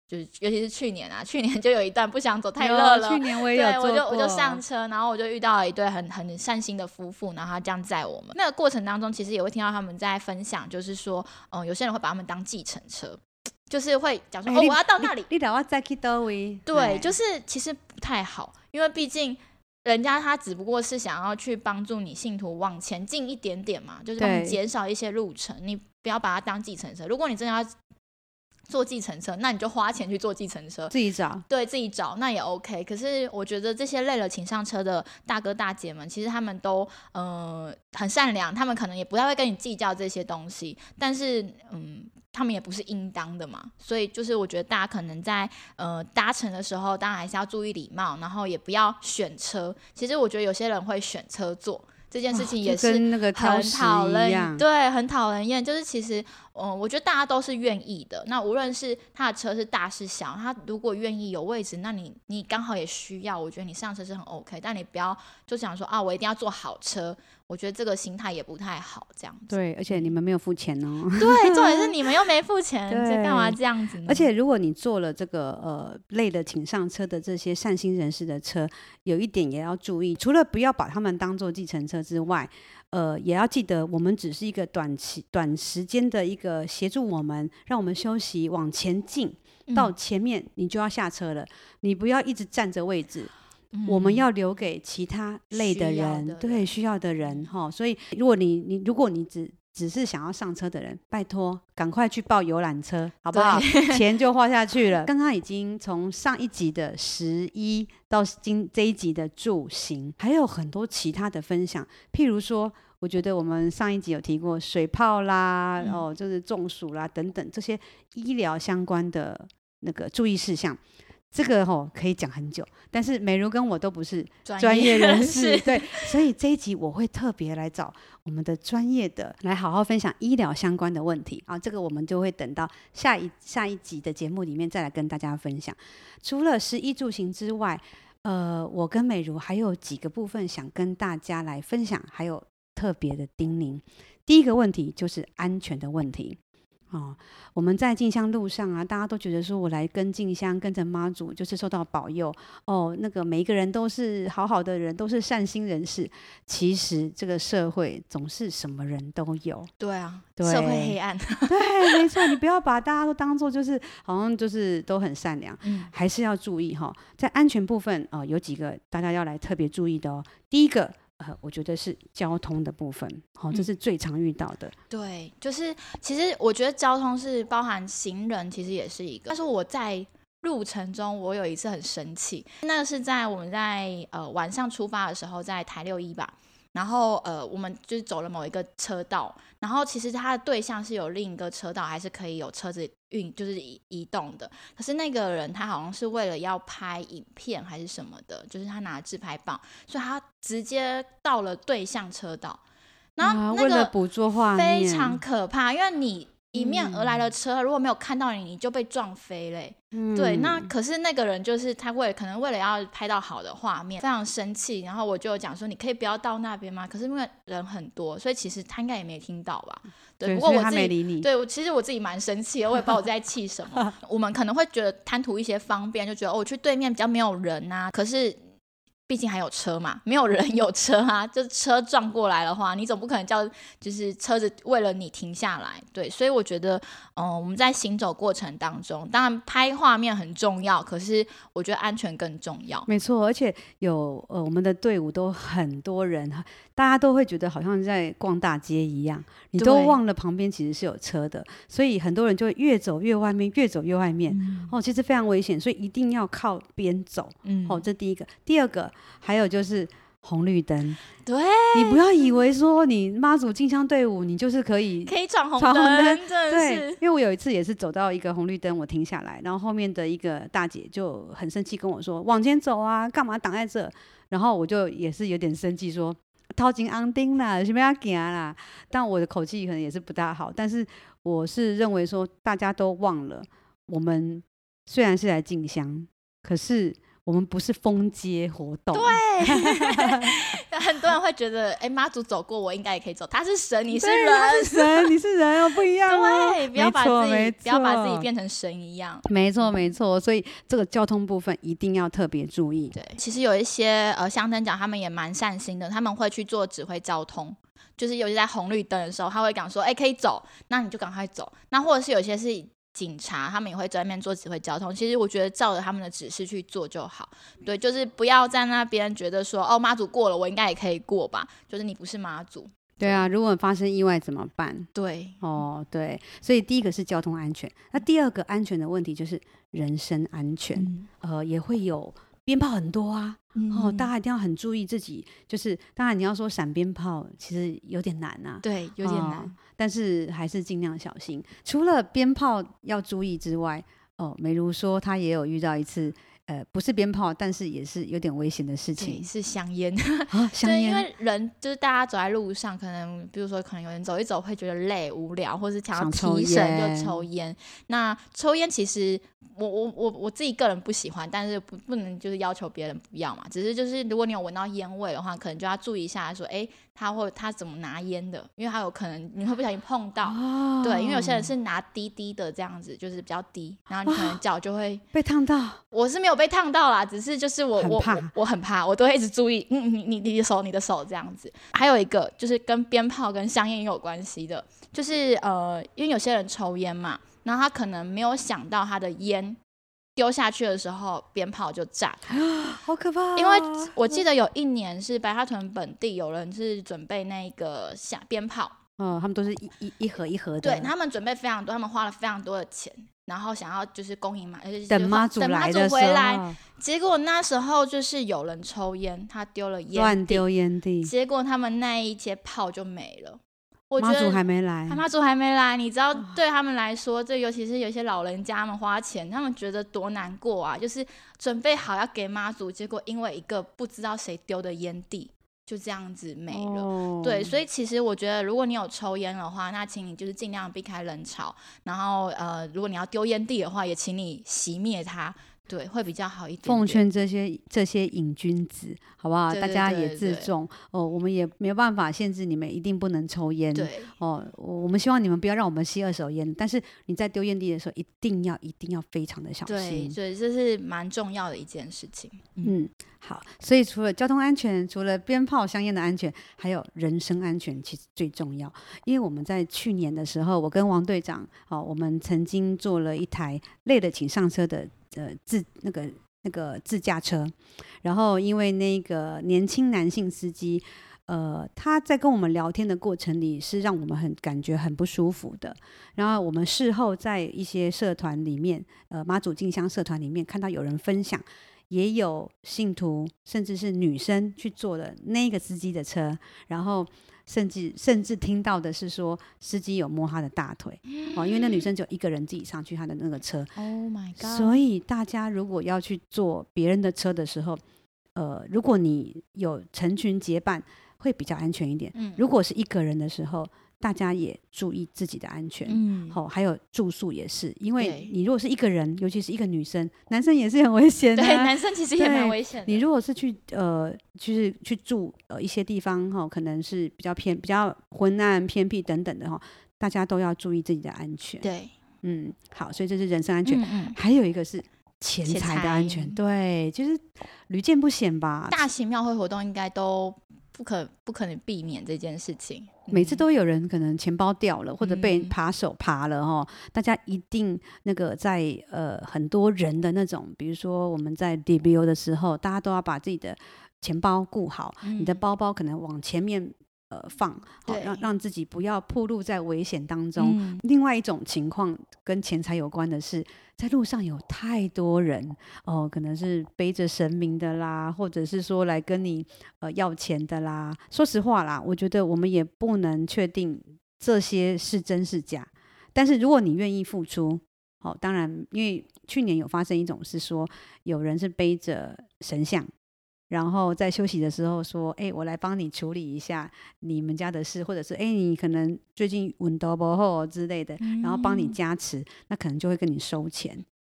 就是尤其是去年啊，去年就有一段不想走太热了， 去年我也有做过， 对，我就我就上车，然后我就遇到了一对很很善心的夫妇，然后他这样载我们。那个过程当中，其实也会听到他们在分享，就是说，嗯，有些人会把他们当计程车，就是会讲说，欸、哦，我要到那里， 你等我再去哪里？ 对，就是其实不太好，因为毕竟人家他只不过是想要去帮助你信徒往前进一点点嘛，就是帮你减少一些路程，你不要把它当计程车。如果你真的要坐计程车，那你就花钱去坐计程车， 自己找， 对，自己找那也 OK。可是我觉得这些累了请上车的大哥大姐们，其实他们都呃很善良，他们可能也不太会跟你计较这些东西，但是嗯，他们也不是应当的嘛。所以就是我觉得大家可能在呃搭乘的时候，当然还是要注意礼貌，然后也不要选车。其实我觉得有些人会选车坐。这件事情也是很讨人厌、哦，对，很讨人厌。就是其实，嗯，我觉得大家都是愿意的。那无论是他的车是大是小，他如果愿意有位置，那你你刚好也需要，我觉得你上车是很 OK。但你不要就想说啊，我一定要坐好车。我觉得这个心态也不太好，这样子。 对，而且你们没有付钱哦。 对，重点是你们又没付钱，这干嘛这样子呢？ 而且如果你坐了这个呃累了请上车的这些善心人士的车，有一点也要注意，除了不要把他们当做计程车之外，呃，也要记得我们只是一个短期短时间的一个协助我们，让我们休息往前进，到前面你就要下车了，嗯、你不要一直占着位置。嗯、我们要留给其他累的人，需对需要的人哈。所以，如果你你如果你只只是想要上车的人，拜托赶快去报游览车，好不好？钱就花下去了。刚刚已经从上一集的十一到今这一集的住行，还有很多其他的分享，譬如说。我觉得我们上一集有提过水泡啦，嗯、哦，就是中暑啦等等这些医疗相关的那个注意事项。这个吼可以讲很久，但是美如跟我都不是专业人士，对，所以这一集我会特别来找我们的专业的来好好分享医疗相关的问题啊，这个我们就会等到下一下一集的节目里面再来跟大家分享。除了食衣住行之外，呃，我跟美如还有几个部分想跟大家来分享，还有特别的叮咛。第一个问题就是安全的问题。哦，我们在进香路上啊，大家都觉得说我来跟进香跟着妈祖就是受到保佑哦，那个每一个人都是好好的人，都是善心人士。其实这个社会总是什么人都有， 对啊，对，社会黑暗， 对，没错，你不要把大家都当作就是好像就是都很善良， 嗯、 还是要注意哈、哦。在安全部分哦，有几个大家要来特别注意的哦。第一个。呃，我觉得是交通的部分，好、哦，这是最常遇到的、嗯。 对，就是其实我觉得交通是包含行人，其实也是一个。但是我在路程中，我有一次很生气，那个是在我们在呃晚上出发的时候，在台六一吧。然后呃，我们就是走了某一个车道，然后其实它的对象是有另一个车道，还是可以有车子运，就是移移动的。可是那个人他好像是为了要拍影片还是什么的，就是他拿自拍棒，所以他直接到了对向车道，然后那个捕捉画面非常可怕，因为你迎面而来的车、嗯、如果没有看到你，你就被撞飞嘞、嗯。对，那可是那个人就是他为可能为了要拍到好的画面，非常生气。然后我就讲说，你可以不要到那边吗？可是因为人很多，所以其实他应该也没听到吧。对，不过我自己对我其实我自己蛮生气的，我也不知道我在气什么。我们可能会觉得贪图一些方便，就觉得、哦、我去对面比较没有人啊，可是。毕竟还有车嘛，没有人有车啊，就是车撞过来的话，你总不可能叫就是车子为了你停下来，对，所以我觉得，嗯、呃，我们在行走过程当中，当然拍画面很重要，可是我觉得安全更重要。 没错，而且有呃我们的队伍都很多人，大家都会觉得好像在逛大街一样，你都忘了旁边其实是有车的，所以很多人就会越走越外面，越走越外面，嗯、哦，其实非常危险，所以一定要靠边走，嗯，哦，这第一个，第二个。还有就是红绿灯， 对， 你不要以为说你妈祖进香队伍，你就是可以可以闯红灯，真的是。 对，因为我有一次也是走到一个红绿灯，我停下来，然后后面的一个大姐就很生气跟我说：“往前走啊，干嘛挡在这？”然后我就也是有点生气说：“头前红灯啦，什么要行啦？”但我的口气可能也是不大好，但是我是认为说大家都忘了，我们虽然是来进香，可是。 我们不是封街活动。 对很多人会觉得哎，妈祖走过我应该也可以走，他是神你是人， 他是神你是人哦，不一样哦。 对，不要把自己不要把自己变成神一样。 没错没错，所以这个交通部分一定要特别注意。 对，其实有一些呃乡镇长他们也蛮善心的，他们会去做指挥交通，就是尤其在红绿灯的时候他会讲说哎可以走，那你就赶快走。那或者是有些是警察，他们也会在那边做指挥交通，其实我觉得照着他们的指示去做就好。对，就是不要在那边觉得说哦妈祖过了我应该也可以过吧，就是你不是妈祖。 对啊，如果发生意外怎么办？ 对哦对，所以第一个是交通安全，那第二个安全的问题就是人身安全、嗯、呃，也会有鞭炮很多啊、嗯哦、大家一定要很注意自己，就是当然你要说闪鞭炮其实有点难啊， 对，有点难、哦、 但是还是尽量小心。除了鞭炮要注意之外，哦，美如说她也有遇到一次呃，不是鞭炮，但是也是有点危险的事情， 是香烟、 啊、香烟。 因为人就是大家走在路上，可能比如说可能有人走一走会觉得累无聊，或是想要提神就抽烟。那抽烟其实我我我我自己个人不喜欢，但是不不能就是要求别人不要嘛，只是就是如果你有闻到烟味的话，可能就要注意一下说哎他会他怎么拿烟的，因为他有可能你会不小心碰到、哦、对，因为有些人是拿低低的这样子，就是比较低，然后你可能脚就会、哦、 被烫到。 我是没有被烫到啦，只是就是我很怕我, 我, 我很怕，我都会一直注意嗯你你你的手你的手这样子。还有一个就是跟鞭炮跟香烟也有关系的，就是呃因为有些人抽烟嘛，然后他可能没有想到他的烟丢下去的时候鞭炮就炸开， 好可怕、啊、 因为我记得有一年是白沙屯本地有人是准备那个下鞭炮， 哦，他们都是一一一盒一盒的， 对，他们准备非常多，他们花了非常多的钱，然后想要就是供应嘛， 等妈祖来的时候， 等妈祖回来，结果那时候就是有人抽烟，他丢了烟蒂， 乱丢烟蒂， 结果他们那一些炮就没了。我觉得妈祖还没来， 妈祖还没来，你知道对他们来说，这尤其是有些老人家们花钱，他们觉得多难过啊！就是准备好要给妈祖，结果因为一个不知道谁丢的烟蒂，就这样子没了、哦、对，所以其实我觉得如果你有抽烟的话，那请你就是尽量避开人潮，然后呃，如果你要丢烟蒂的话，也请你熄灭它，对，会比较好一点点。 奉劝这些这些瘾君子好不好？对对对对，大家也自重哦，我们也没有办法限制你们一定不能抽烟，对哦，我们希望你们不要让我们吸二手烟，但是你在丢烟蒂的时候一定要一定要非常的小心， 对，所以这是蛮重要的一件事情。 嗯, 嗯，好，所以除了交通安全，除了鞭炮香烟的安全，还有人身安全其实最重要。因为我们在去年的时候，我跟王队长哦，我们曾经做了一台累了请上车的呃自那个那个自驾车，然后因为那个年轻男性司机呃，他在跟我们聊天的过程里是让我们很感觉很不舒服的，然后我们事后在一些社团里面呃妈祖进香社团里面看到有人分享，也有信徒甚至是女生去坐了那个司机的车，然后甚至甚至听到的是说司机有摸他的大腿、哦、因为那女生只有一个人自己上去他的那个车。 Oh my god！ 所以大家如果要去坐别人的车的时候，呃，如果你有成群结伴会比较安全一点、嗯、如果是一个人的时候，大家也注意自己的安全、嗯哦、还有住宿也是，因为你如果是一个人，尤其是一个女生，男生也是很危险的、啊、 对，男生其实也蛮危险的。 你如果是去呃，就是去住呃一些地方、哦、可能是比较偏比较昏暗偏僻等等的、哦、大家都要注意自己的安全。 对， 嗯，好，所以这是人身安全。嗯嗯，还有一个是钱财的安全，对，就是屡见不鲜吧。 大型庙会活动应该都不可不可能避免这件事情， 每次都有人可能钱包掉了、嗯、或者被扒手扒了、哦、大家一定那个在呃很多人的那种，比如说我们在 D B O 的时候，大家都要把自己的钱包顾好、嗯、你的包包可能往前面呃放、哦、让, 让自己不要暴露在危险当中、嗯、另外一种情况跟钱财有关的是，在路上有太多人哦，可能是背着神明的啦，或者是说来跟你呃要钱的啦。说实话啦，我觉得我们也不能确定这些是真是假，但是如果你愿意付出，哦，当然因为去年有发生一种是说有人是背着神像，然后在休息的时候说哎、欸，我来帮你处理一下你们家的事，或者是哎、欸，你可能最近运道不好之类的、嗯、然后帮你加持，那可能就会跟你收钱。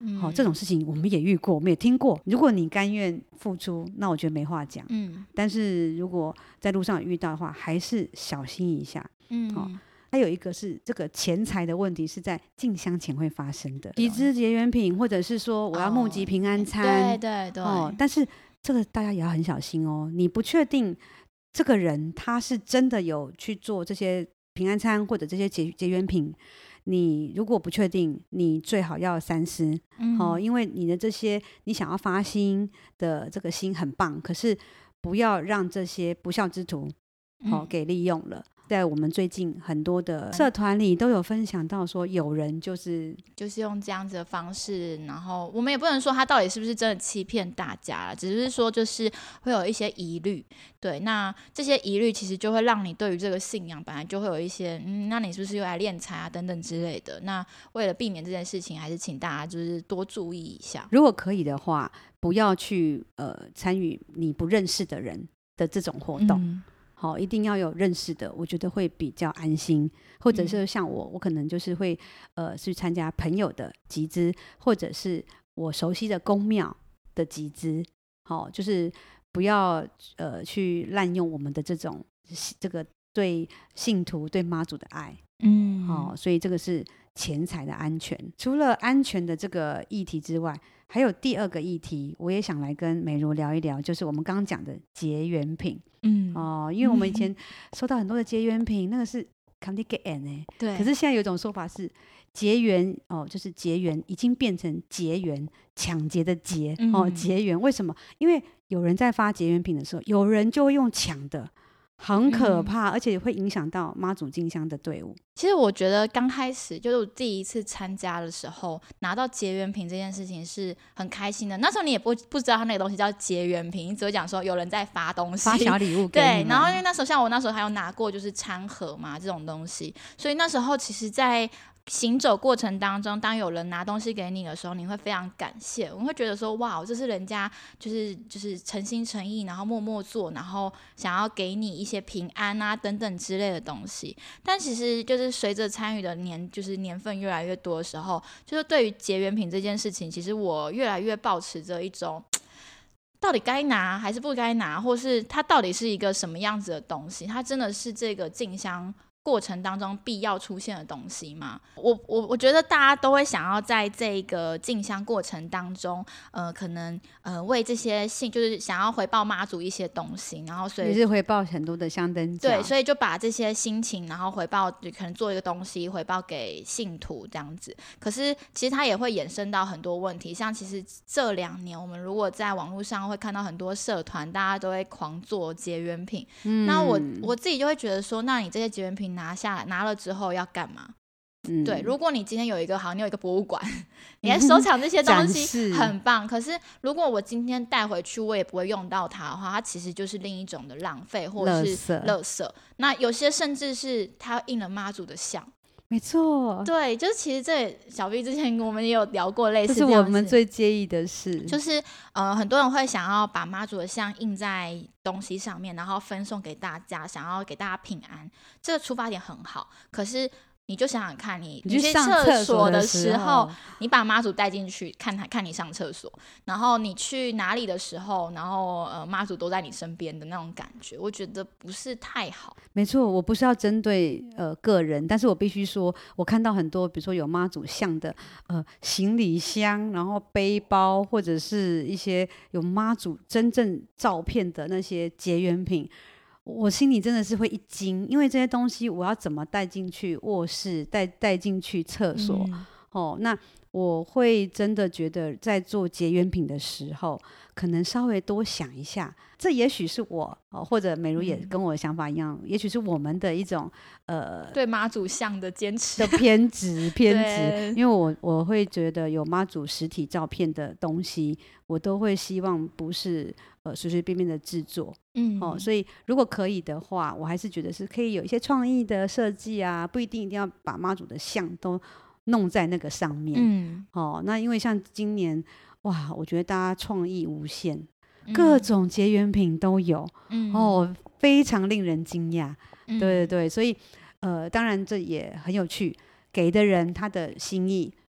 嗯哦、这种事情我们也遇过，我们也听过。如果你甘愿付出，那我觉得没话讲。嗯，但是如果在路上遇到的话，还是小心一下。嗯，哦，还有一个是这个钱财的问题，是在进香前会发生的，集资结缘品，或者是说我要募集平安餐。 哦、对对对。哦， 但是这个大家也要很小心哦，你不确定这个人他是真的有去做这些平安餐或者这些结结缘品。你如果不确定，你最好要三思。嗯哦，因为你的这些你想要发心的这个心很棒，可是不要让这些不孝之徒哦给利用了。在我们最近很多的社团里都有分享到说，有人就是就是用这样子的方式，然后我们也不能说他到底是不是真的欺骗大家了，只是说就是会有一些疑虑。对，那这些疑虑其实就会让你对于这个信仰本来就会有一些嗯，那你是不是又来敛财啊等等之类的。那为了避免这件事情，还是请大家就是多注意一下。 如果可以的话，不要去呃参与你不认识的人的这种活动。嗯，好，一定要有认识的，我觉得会比较安心。或者是像我，我可能就是会呃去参加朋友的集资，或者是我熟悉的宫庙的集资。好，就是不要呃去滥用我们的这种这个对信徒对妈祖的爱。嗯，好，所以这个是钱财的安全。除了安全的这个议题之外，还有第二个议题，我也想来跟美如聊一聊，就是我们刚刚讲的结缘品。嗯，哦，因为我们以前收到很多的结缘品，那个是 candy get n 哎，对。可是现在有一种说法是结缘哦，就是结缘已经变成结缘，抢劫的劫哦，结缘。为什么？因为有人在发结缘品的时候，有人就会用抢的。很可怕，嗯，而且会影响到妈祖进香的队伍。 其实我觉得刚开始就是我第一次参加的时候，拿到结缘品这件事情是很开心的。那时候你也不不知道他那个东西叫结缘品，你只会讲说有人在发东西， 发小礼物给你。 对，然后因为那时候像我那时候还有拿过就是餐盒嘛这种东西，所以那时候其实在行走过程当中，当有人拿东西给你的时候，你会非常感谢，我会觉得说哇，这是人家就是就是诚心诚意，然后默默做，然后想要给你一些平安啊等等之类的东西。但其实就是随着参与的年就是年份越来越多的时候，就是对于结缘品这件事情，其实我越来越抱持着一种到底该拿还是不该拿，或是它到底是一个什么样子的东西，它真的是这个进香过程当中必要出现的东西吗？我我我觉得大家都会想要在这个进香过程当中，呃，可能呃为这些信就是想要回报妈祖一些东西，然后所以也是回报很多的香灯脚， 对，所以就把这些心情，然后回报可能做一个东西回报给信徒这样子。可是其实它也会衍生到很多问题，像其实这两年我们如果在网络上会看到很多社团，大家都会狂做结缘品，嗯，那我我自己就会觉得说，那你这些结缘品拿下来拿了之后要干嘛？嗯，对，如果你今天有一个好，你有一个博物馆，你来收藏这些东西很棒。可是如果我今天带回去，我也不会用到它的话，它其实就是另一种的浪费或者是垃圾。那有些甚至是它印了妈祖的像。 没错， 对，就是其实这小 B 之前我们也有聊过类似这样子， 这是我们最介意的事， 就是呃很多人会想要把妈祖的像印在东西上面，然后分送给大家，想要给大家平安，这个出发点很好，可是你就想想看，你你去上厕所的时候， 你把妈祖带进去看他看你上厕所，然后你去哪里的时候，然后呃妈祖都在你身边的那种感觉，我觉得不是太好。 没错，我不是要针对呃个人，但是我必须说，我看到很多，比如说有妈祖像的呃行李箱，然后背包，或者是一些有妈祖真正照片的那些结缘品。我心里真的是会一惊，因为这些东西我要怎么带进去卧室，带带进去厕所、嗯、哦，那我会真的觉得在做结缘品的时候，可能稍微多想一下。这也许是我、哦、或者美如也跟我的想法一样、嗯、也许是我们的一种呃对妈祖像的坚持的偏执偏执，因为我我会觉得有妈祖实体照片的东西，我都会希望不是呃随随便便的制作，嗯，哦，所以如果可以的话，我还是觉得是可以有一些创意的设计啊，不一定一定要把妈祖的像都弄在那个上面，嗯，哦，那因为像今年哇，我觉得大家创意无限，嗯、各种结缘品都有，嗯，哦，非常令人惊讶，嗯、对对对，所以呃，当然这也很有趣，给的人他的心意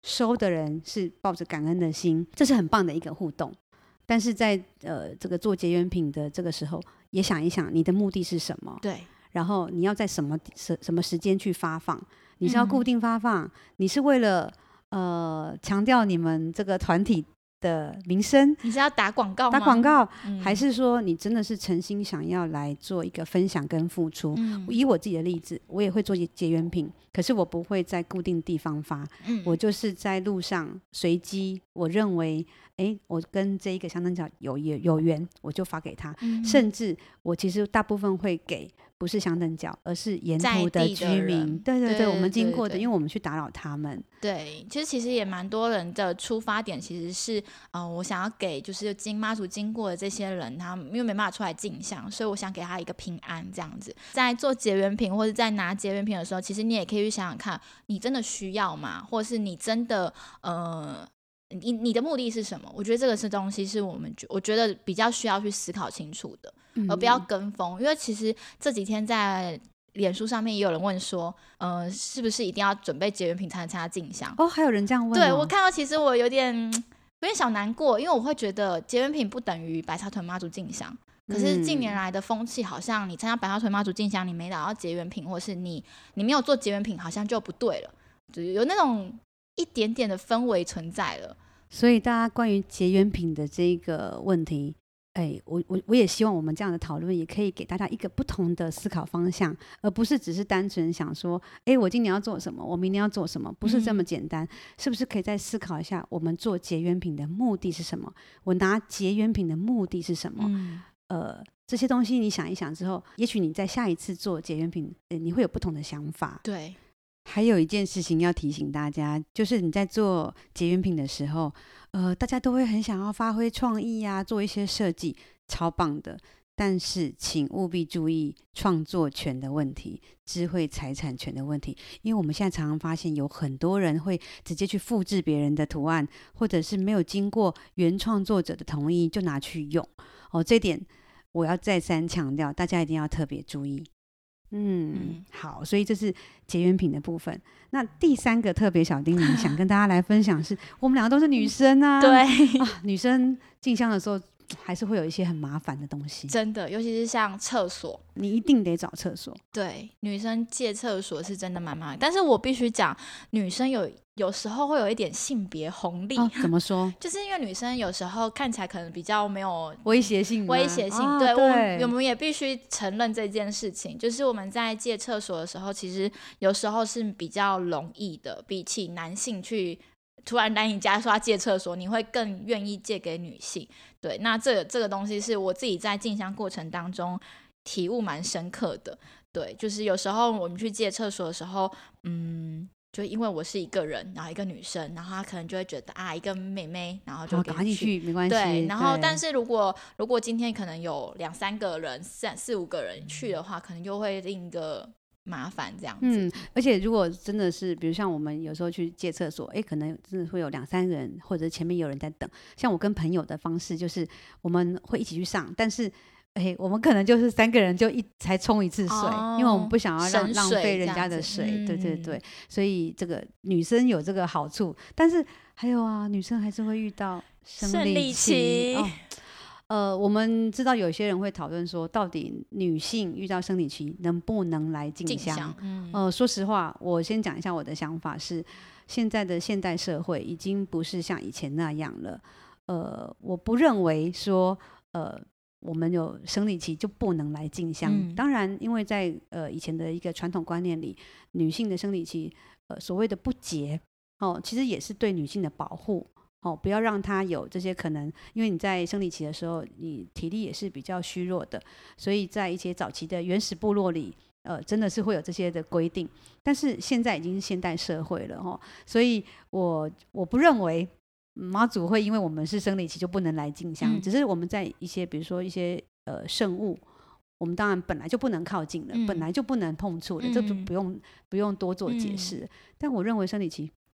收的人是抱着感恩的心，这是很棒的一个互动。但是在呃这个做结缘品的这个时候，也想一想你的目的是什么， 对， 然后你要在什么什什么时间去发放，你是要固定发放，嗯、你是为了呃强调你们这个团体的名声， 你是要打广告吗？ 打广告、 嗯、 还是说你真的是诚心想要来做一个分享跟付出、嗯、以我自己的例子，我也会做结缘品，可是我不会在固定地方发、嗯、我就是在路上随机，我认为哎，我跟这一个香灯脚有有缘，我就发给他、嗯、甚至我其实大部分会给不是香灯脚，而是沿途的居民，对对 对, 对，我们经过的，因为我们去打扰他们。 对，其实其实也蛮多人的出发点其实是，呃，我想要给就是经妈祖经过的这些人，他因为没办法出来进香，所以我想给他一个平安这样子。在做结缘品或者在拿结缘品的时候，其实你也可以去想想看，你真的需要吗？或者是你真的呃。你你的目的是什么？我觉得这个是东西是我们我觉得比较需要去思考清楚的，嗯、而不要跟风。因为其实这几天在脸书上面也有人问说，呃，是不是一定要准备结缘品才能参加进香？ 哦，还有人这样问、哦？ 对，我看到，其实我有点有点小难过，因为我会觉得结缘品不等于白沙屯妈祖进香。可是近年来的风气好像你参加白沙屯妈祖进香，你没拿到结缘品，或者是你你没有做结缘品，好像就不对了，就有那种一点点的氛围存在了。 所以大家关于结缘品的这个问题，哎，我我我也希望我们这样的讨论也可以给大家一个不同的思考方向，而不是只是单纯想说，哎，我今年要做什么，我明年要做什么，不是这么简单。嗯、是不是可以再思考一下，我们做结缘品的目的是什么？我拿结缘品的目的是什么？嗯、呃，这些东西你想一想之后，也许你在下一次做结缘品，你会有不同的想法。 对。 还有一件事情要提醒大家，就是你在做结缘品的时候，呃，大家都会很想要发挥创意啊，做一些设计，超棒的。但是请务必注意创作权的问题、智慧财产权的问题，因为我们现在常常发现有很多人会直接去复制别人的图案，或者是没有经过原创作者的同意就拿去用。哦，这点我要再三强调，大家一定要特别注意。嗯, 嗯，好，所以这是结缘品的部分。那第三个特别小叮咛想跟大家来分享是，我们两个都是女生啊， 对啊，女生进香的时候还是会有一些很麻烦的东西， 真的，尤其是像厕所， 你一定得找厕所。 对，女生借厕所是真的蛮麻烦，但是我必须讲，女生有有时候会有一点性别红利、 哦、怎么说？ 就是因为女生有时候看起来可能比较没有威胁性， 威胁性， 啊、 对， 对， 我, 我们也必须承认这件事情，就是我们在借厕所的时候，其实有时候是比较容易的，比起男性去突然来你家说要借厕所，你会更愿意借给女性。对，那这个这个东西是我自己在进香过程当中体悟蛮深刻的。对，就是有时候我们去借厕所的时候，嗯，就因为我是一个人，然后一个女生，然后她可能就会觉得啊，一个妹妹，然后就赶快进去没关系。 对，然后但是如果如果今天可能有两三个人、四四五个人去的话，可能就会另一个麻烦这样子。 嗯，而且如果真的是，比如像我们有时候去借厕所，哎，可能真的会有两三个人，或者前面有人在等。像我跟朋友的方式，就是我们会一起去上，但是。哎，我们可能就是三个人就一才冲一次水，哦、因为我们不想要让浪费人家的水，嗯、对对对，所以这个女生有这个好处，但是还有啊，女生还是会遇到生理期。哦、呃，我们知道有些人会讨论说，到底女性遇到生理期能不能来进香？ 进香嗯、 呃，说实话，我先讲一下我的想法是，现在的现代社会已经不是像以前那样了。呃，我不认为说，呃。我们有生理期就不能来进香、嗯、当然因为在呃以前的一个传统观念里，女性的生理期呃所谓的不洁哦，其实也是对女性的保护哦，不要让她有这些可能，因为你在生理期的时候你体力也是比较虚弱的，所以在一些早期的原始部落里呃真的是会有这些的规定，但是现在已经是现代社会了哦，所以我我不认为妈祖会因为我们是生理期就不能来进香、嗯、只是我们在一些比如说一些呃圣物，我们当然本来就不能靠近了、嗯、本来就不能碰触了、嗯、这就不用不用多做解释、嗯、但我认为生理期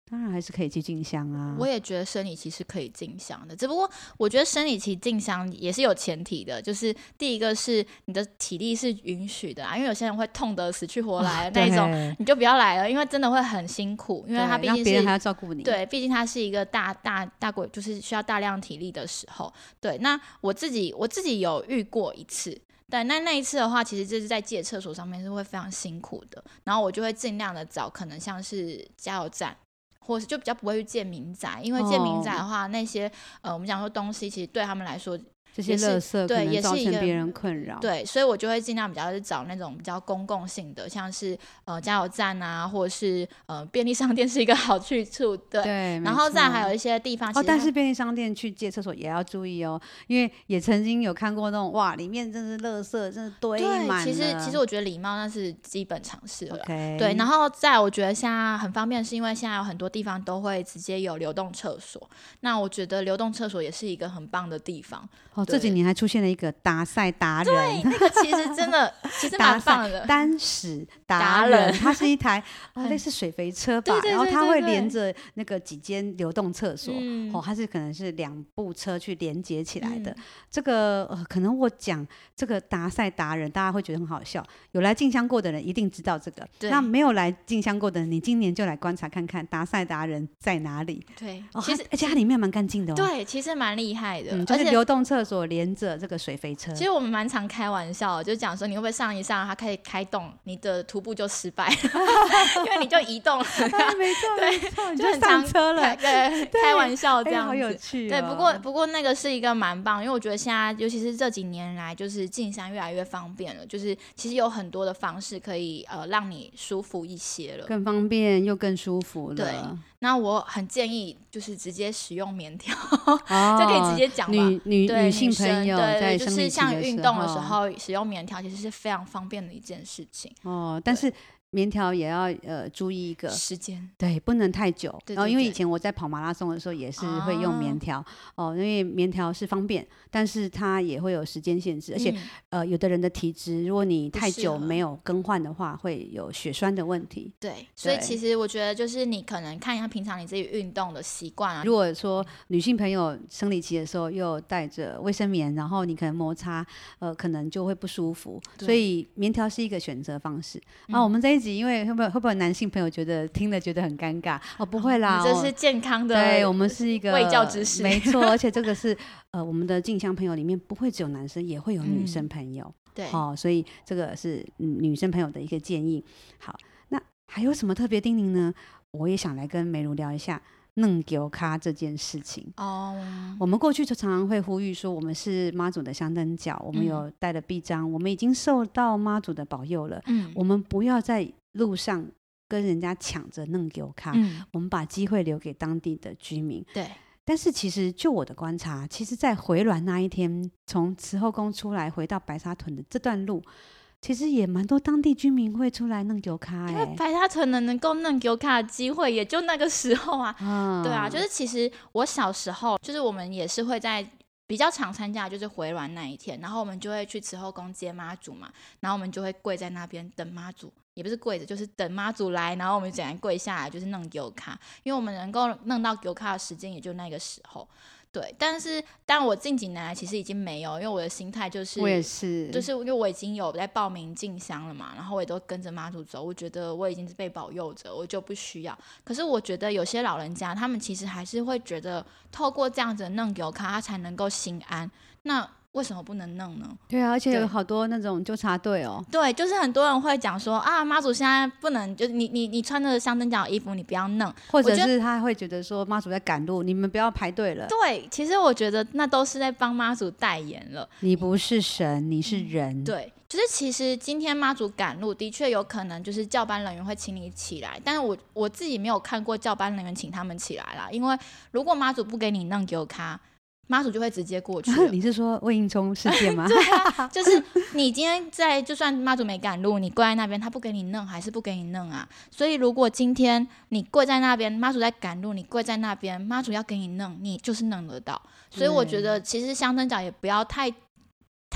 当然还是可以去进香啊。 我也觉得生理期是可以进香的，只不过我觉得生理期进香也是有前提的，就是第一个是你的体力是允许的啊，因为有些人会痛得死去活来的那种、哦、你就不要来了，因为真的会很辛苦，因为他毕竟是别人还要照顾你， 对，毕竟他是一个大大大鬼，就是需要大量体力的时候。对，那我自己我自己有遇过一次。对，那那一次的话，其实就是在借厕所上面是会非常辛苦的，然后我就会尽量的找可能像是加油站，或是就比较不会去借民宅，因为借民宅的话，哦、那些呃我们讲说东西，其实对他们来说。 这些垃圾可能造成别人困扰， 对，所以我就会尽量比较是找那种比较公共性的，像是呃加油站啊，或者是呃便利商店是一个好去处，对。 对， 然后再还有一些地方， 哦，但是便利商店去借厕所也要注意哦，因为也曾经有看过那种哇，里面真是垃圾，真的堆满了。 对，其实其实我觉得礼貌那是基本常识了。 Okay. 对，然后再我觉得现在很方便，是因为现在有很多地方都会直接有流动厕所，那我觉得流动厕所也是一个很棒的地方。 哦，这几年还出现了一个达赛达人， 对，那个其实真的其实蛮棒的， 单矢达人，它是一台、哦、类似水肥车吧， 对对对对对， 然后它会连着那个几间流动厕所、 嗯哦，它是可能是两部车去连接起来的。 嗯、 这个、呃、可能我讲这个达赛达人，大家会觉得很好笑。有来进香过的人一定知道这个，那没有来进香过的人，你今年就来观察看看达赛达人在哪里。 对， 哦、其实而且它里面蛮干净的哦。 对，其实蛮厉害的、 嗯，就是流动厕所连着这个水肥车。 其实我们蛮常开玩笑，就讲说你会不会上一上它可以开动，你的徒步就失败因为你就移动了啊、没错没错，你就很上车了。 对，开玩笑这样子、 哎、好有趣、哦、 对，不过不过那个是一个蛮棒，因为我觉得现在尤其是这几年来，就是进香越来越方便了，就是其实有很多的方式可以呃让你舒服一些了， 更方便又更舒服了。 对，那我很建议就是直接使用棉条，哦、这可以直接讲吧。 女女女性朋友在生理期的时候， 就是像运动的时候使用棉条，其实是非常方便的一件事情。 哦，但是棉条也要呃注意一个时间， 对，不能太久。 对对对， 然后因为以前我在跑马拉松的时候也是会用棉条、哦，哦，因为棉条是方便，但是它也会有时间限制，而且、嗯、呃有的人的体质，如果你太久没有更换的话，会有血栓的问题。 对，对，所以其实我觉得就是你可能看一下平常你自己运动的习惯啊。 如果说女性朋友生理期的时候又带着卫生棉，然后你可能摩擦，呃，可能就会不舒服，所以棉条是一个选择方式。然后我们这一集因为会不会会不会男性朋友觉得听了觉得很尴尬？哦，不会啦， 这是健康的， 对，我们是一个卫教知识， 没错，而且这个是呃我们的进香朋友里面不会只有男生，也会有女生朋友， 嗯、对， 哦，所以这个是、嗯、女生朋友的一个建议。好，那还有什么特别叮咛呢？我也想来跟美如聊一下嫩油咖这件事情哦。 我们过去就常常会呼吁说，我们是妈祖的香灯脚，我们有带了臂章、嗯，我们已经受到妈祖的保佑了。嗯，我们不要在路上跟人家抢着嫩油咖、嗯，我们把机会留给当地的居民。 对。 但是其实就我的观察，其实在回銮那一天，从慈后宫出来回到白沙屯的这段路，其实也蛮多当地居民会出来弄油咖、欸，因为白沙屯能能够弄油咖的机会也就那个时候啊。嗯、对啊，就是其实我小时候，就是我们也是会在比较常参加，就是回銮那一天，然后我们就会去慈后宫接妈祖嘛，然后我们就会跪在那边等妈祖，也不是跪着，就是等妈祖来，然后我们简单跪下来，就是弄油咖，因为我们能够弄到油咖的时间也就那个时候。对，但是但我近几年来其实已经没有，因为我的心态就是， 我也是， 就是因为我已经有在报名进香了嘛，然后我也都跟着妈祖走，我觉得我已经是被保佑着，我就不需要。可是我觉得有些老人家，他们其实还是会觉得，透过这样子的弄油咖，他才能够心安。那为什么不能弄呢？ 对啊，而且有好多那种纠察队哦。 对，就是很多人会讲说啊，妈祖现在不能，就是你你你穿着香灯脚的衣服，你不要弄， 或者是他会觉得说妈祖在赶路，你们不要排队了。 对，其实我觉得那都是在帮妈祖代言了。 你不是神，你是人。 嗯、对，就是其实今天妈祖赶路，的确有可能就是教班人员会请你起来，但是我我自己没有看过教班人员请他们起来啦，因为如果妈祖不给你弄油咖，妈祖就会直接过去你是说魏应充事件吗？ 对啊，就是你今天在，就算妈祖没赶路，你跪在那边，他不给你弄还是不给你弄啊。所以如果今天你跪在那边，妈祖在赶路，你跪在那边，妈祖要给你弄，你就是弄得到。所以我觉得其实香灯脚也不要太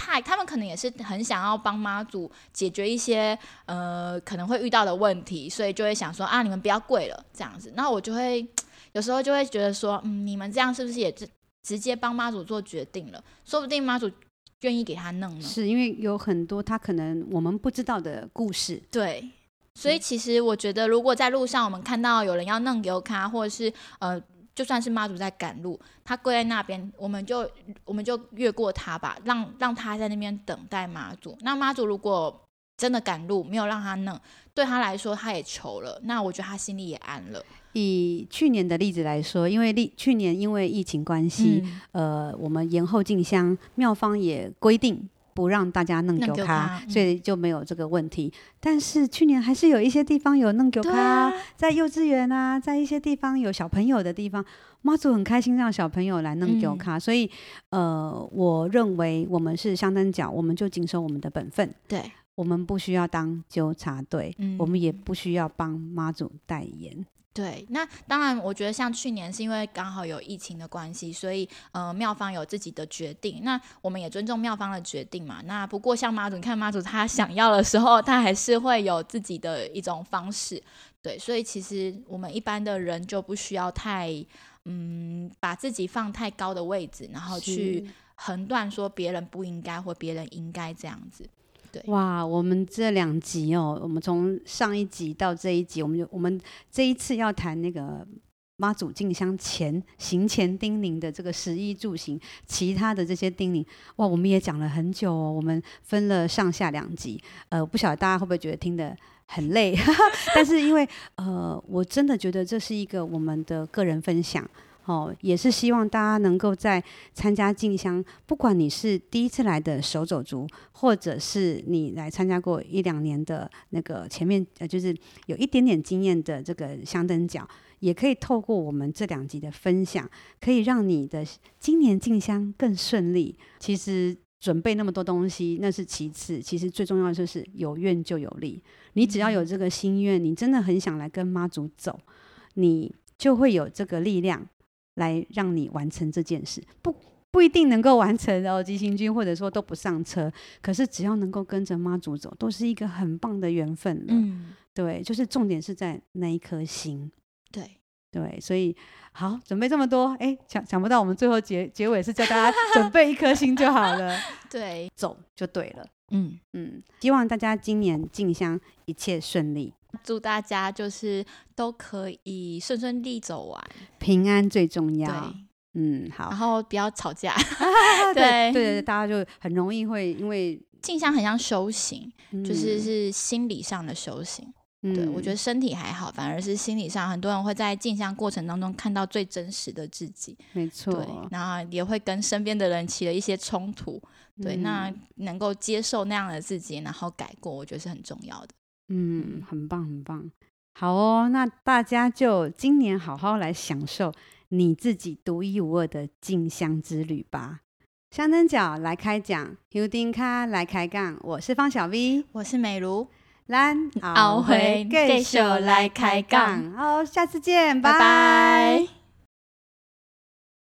太他们可能也是很想要帮妈祖解决一些呃可能会遇到的问题，所以就会想说啊，你们不要跪了这样子。那我就会有时候就会觉得说，嗯，你们这样是不是也直接帮妈祖做决定了？说不定妈祖愿意给他弄呢。 是因为有很多他可能我们不知道的故事。 对，所以其实我觉得，如果在路上我们看到有人要弄给我看，或者是呃。就算是妈祖在赶路，他跪在那边，我们就我们就越过他吧，让让他在那边等待妈祖。那妈祖如果真的赶路，没有让他弄，对他来说他也求了，那我觉得他心里也安了。 以去年的例子来说，因为去年因为疫情关系、嗯，呃，我们延后进香，庙方也规定不让大家弄丢卡、嗯，所以就没有这个问题。但是去年还是有一些地方有弄丢卡、啊，在幼稚园啊，在一些地方有小朋友的地方，妈祖很开心让小朋友来弄丢卡、嗯。所以，呃，我认为我们是香灯脚，我们就谨守我们的本分。 对， 我们不需要当纠察队、嗯，我们也不需要帮妈祖代言。 对，那当然我觉得像去年是因为刚好有疫情的关系，所以呃庙方有自己的决定，那我们也尊重庙方的决定嘛。那不过像妈祖，你看妈祖他想要的时候，他还是会有自己的一种方式。对，所以其实我们一般的人就不需要太嗯把自己放太高的位置，然后去横断说别人不应该或别人应该这样子。对， 哇，我们这两集哦，我们从上一集到这一集，我们就我们这一次要谈那个妈祖进香前行前叮咛的这个食衣住行，其他的这些叮咛，哇，我们也讲了很久哦，我们分了上下两集，呃，不晓得大家会不会觉得听得很累，但是因为呃，我真的觉得这是一个我们的个人分享。哦，也是希望大家能够在参加进香，不管你是第一次来的手走族，或者是你来参加过一两年的那个前面呃，就是有一点点经验的这个香灯脚，也可以透过我们这两集的分享，可以让你的今年进香更顺利。其实准备那么多东西那是其次，其实最重要的就是有愿就有力。你只要有这个心愿，你真的很想来跟妈祖走，你就会有这个力量来让你完成这件事。不不一定能够完成哦，急行军或者说都不上车，可是只要能够跟着妈祖走，都是一个很棒的缘分了。嗯，对，就是重点是在那一颗心。 对对，所以好，准备这么多，哎，想想不到我们最后结结尾是叫大家准备一颗心就好了。 对， 走就对了。嗯嗯，希望大家今年进香一切顺利， 祝大家就是都可以顺顺利走完， 平安最重要。 对， 嗯，好， 然后不要吵架。 对对对，大家就很容易会因为进香很像修行，嗯、就是是心理上的修行。嗯、对，我觉得身体还好，反而是心理上，很多人会在进香过程当中看到最真实的自己。 没错， 对，然后也会跟身边的人起了一些冲突。对、嗯，那能够接受那样的自己，然后改过，我觉得是很重要的。 嗯，很棒很棒。好哦，那大家就今年好好来享受你自己独一无二的进香之旅吧。香灯脚来开讲，尤丁卡来开杠，我是方小 V， 我是美如， 咱后回继续来开杠。好，下次见，拜拜。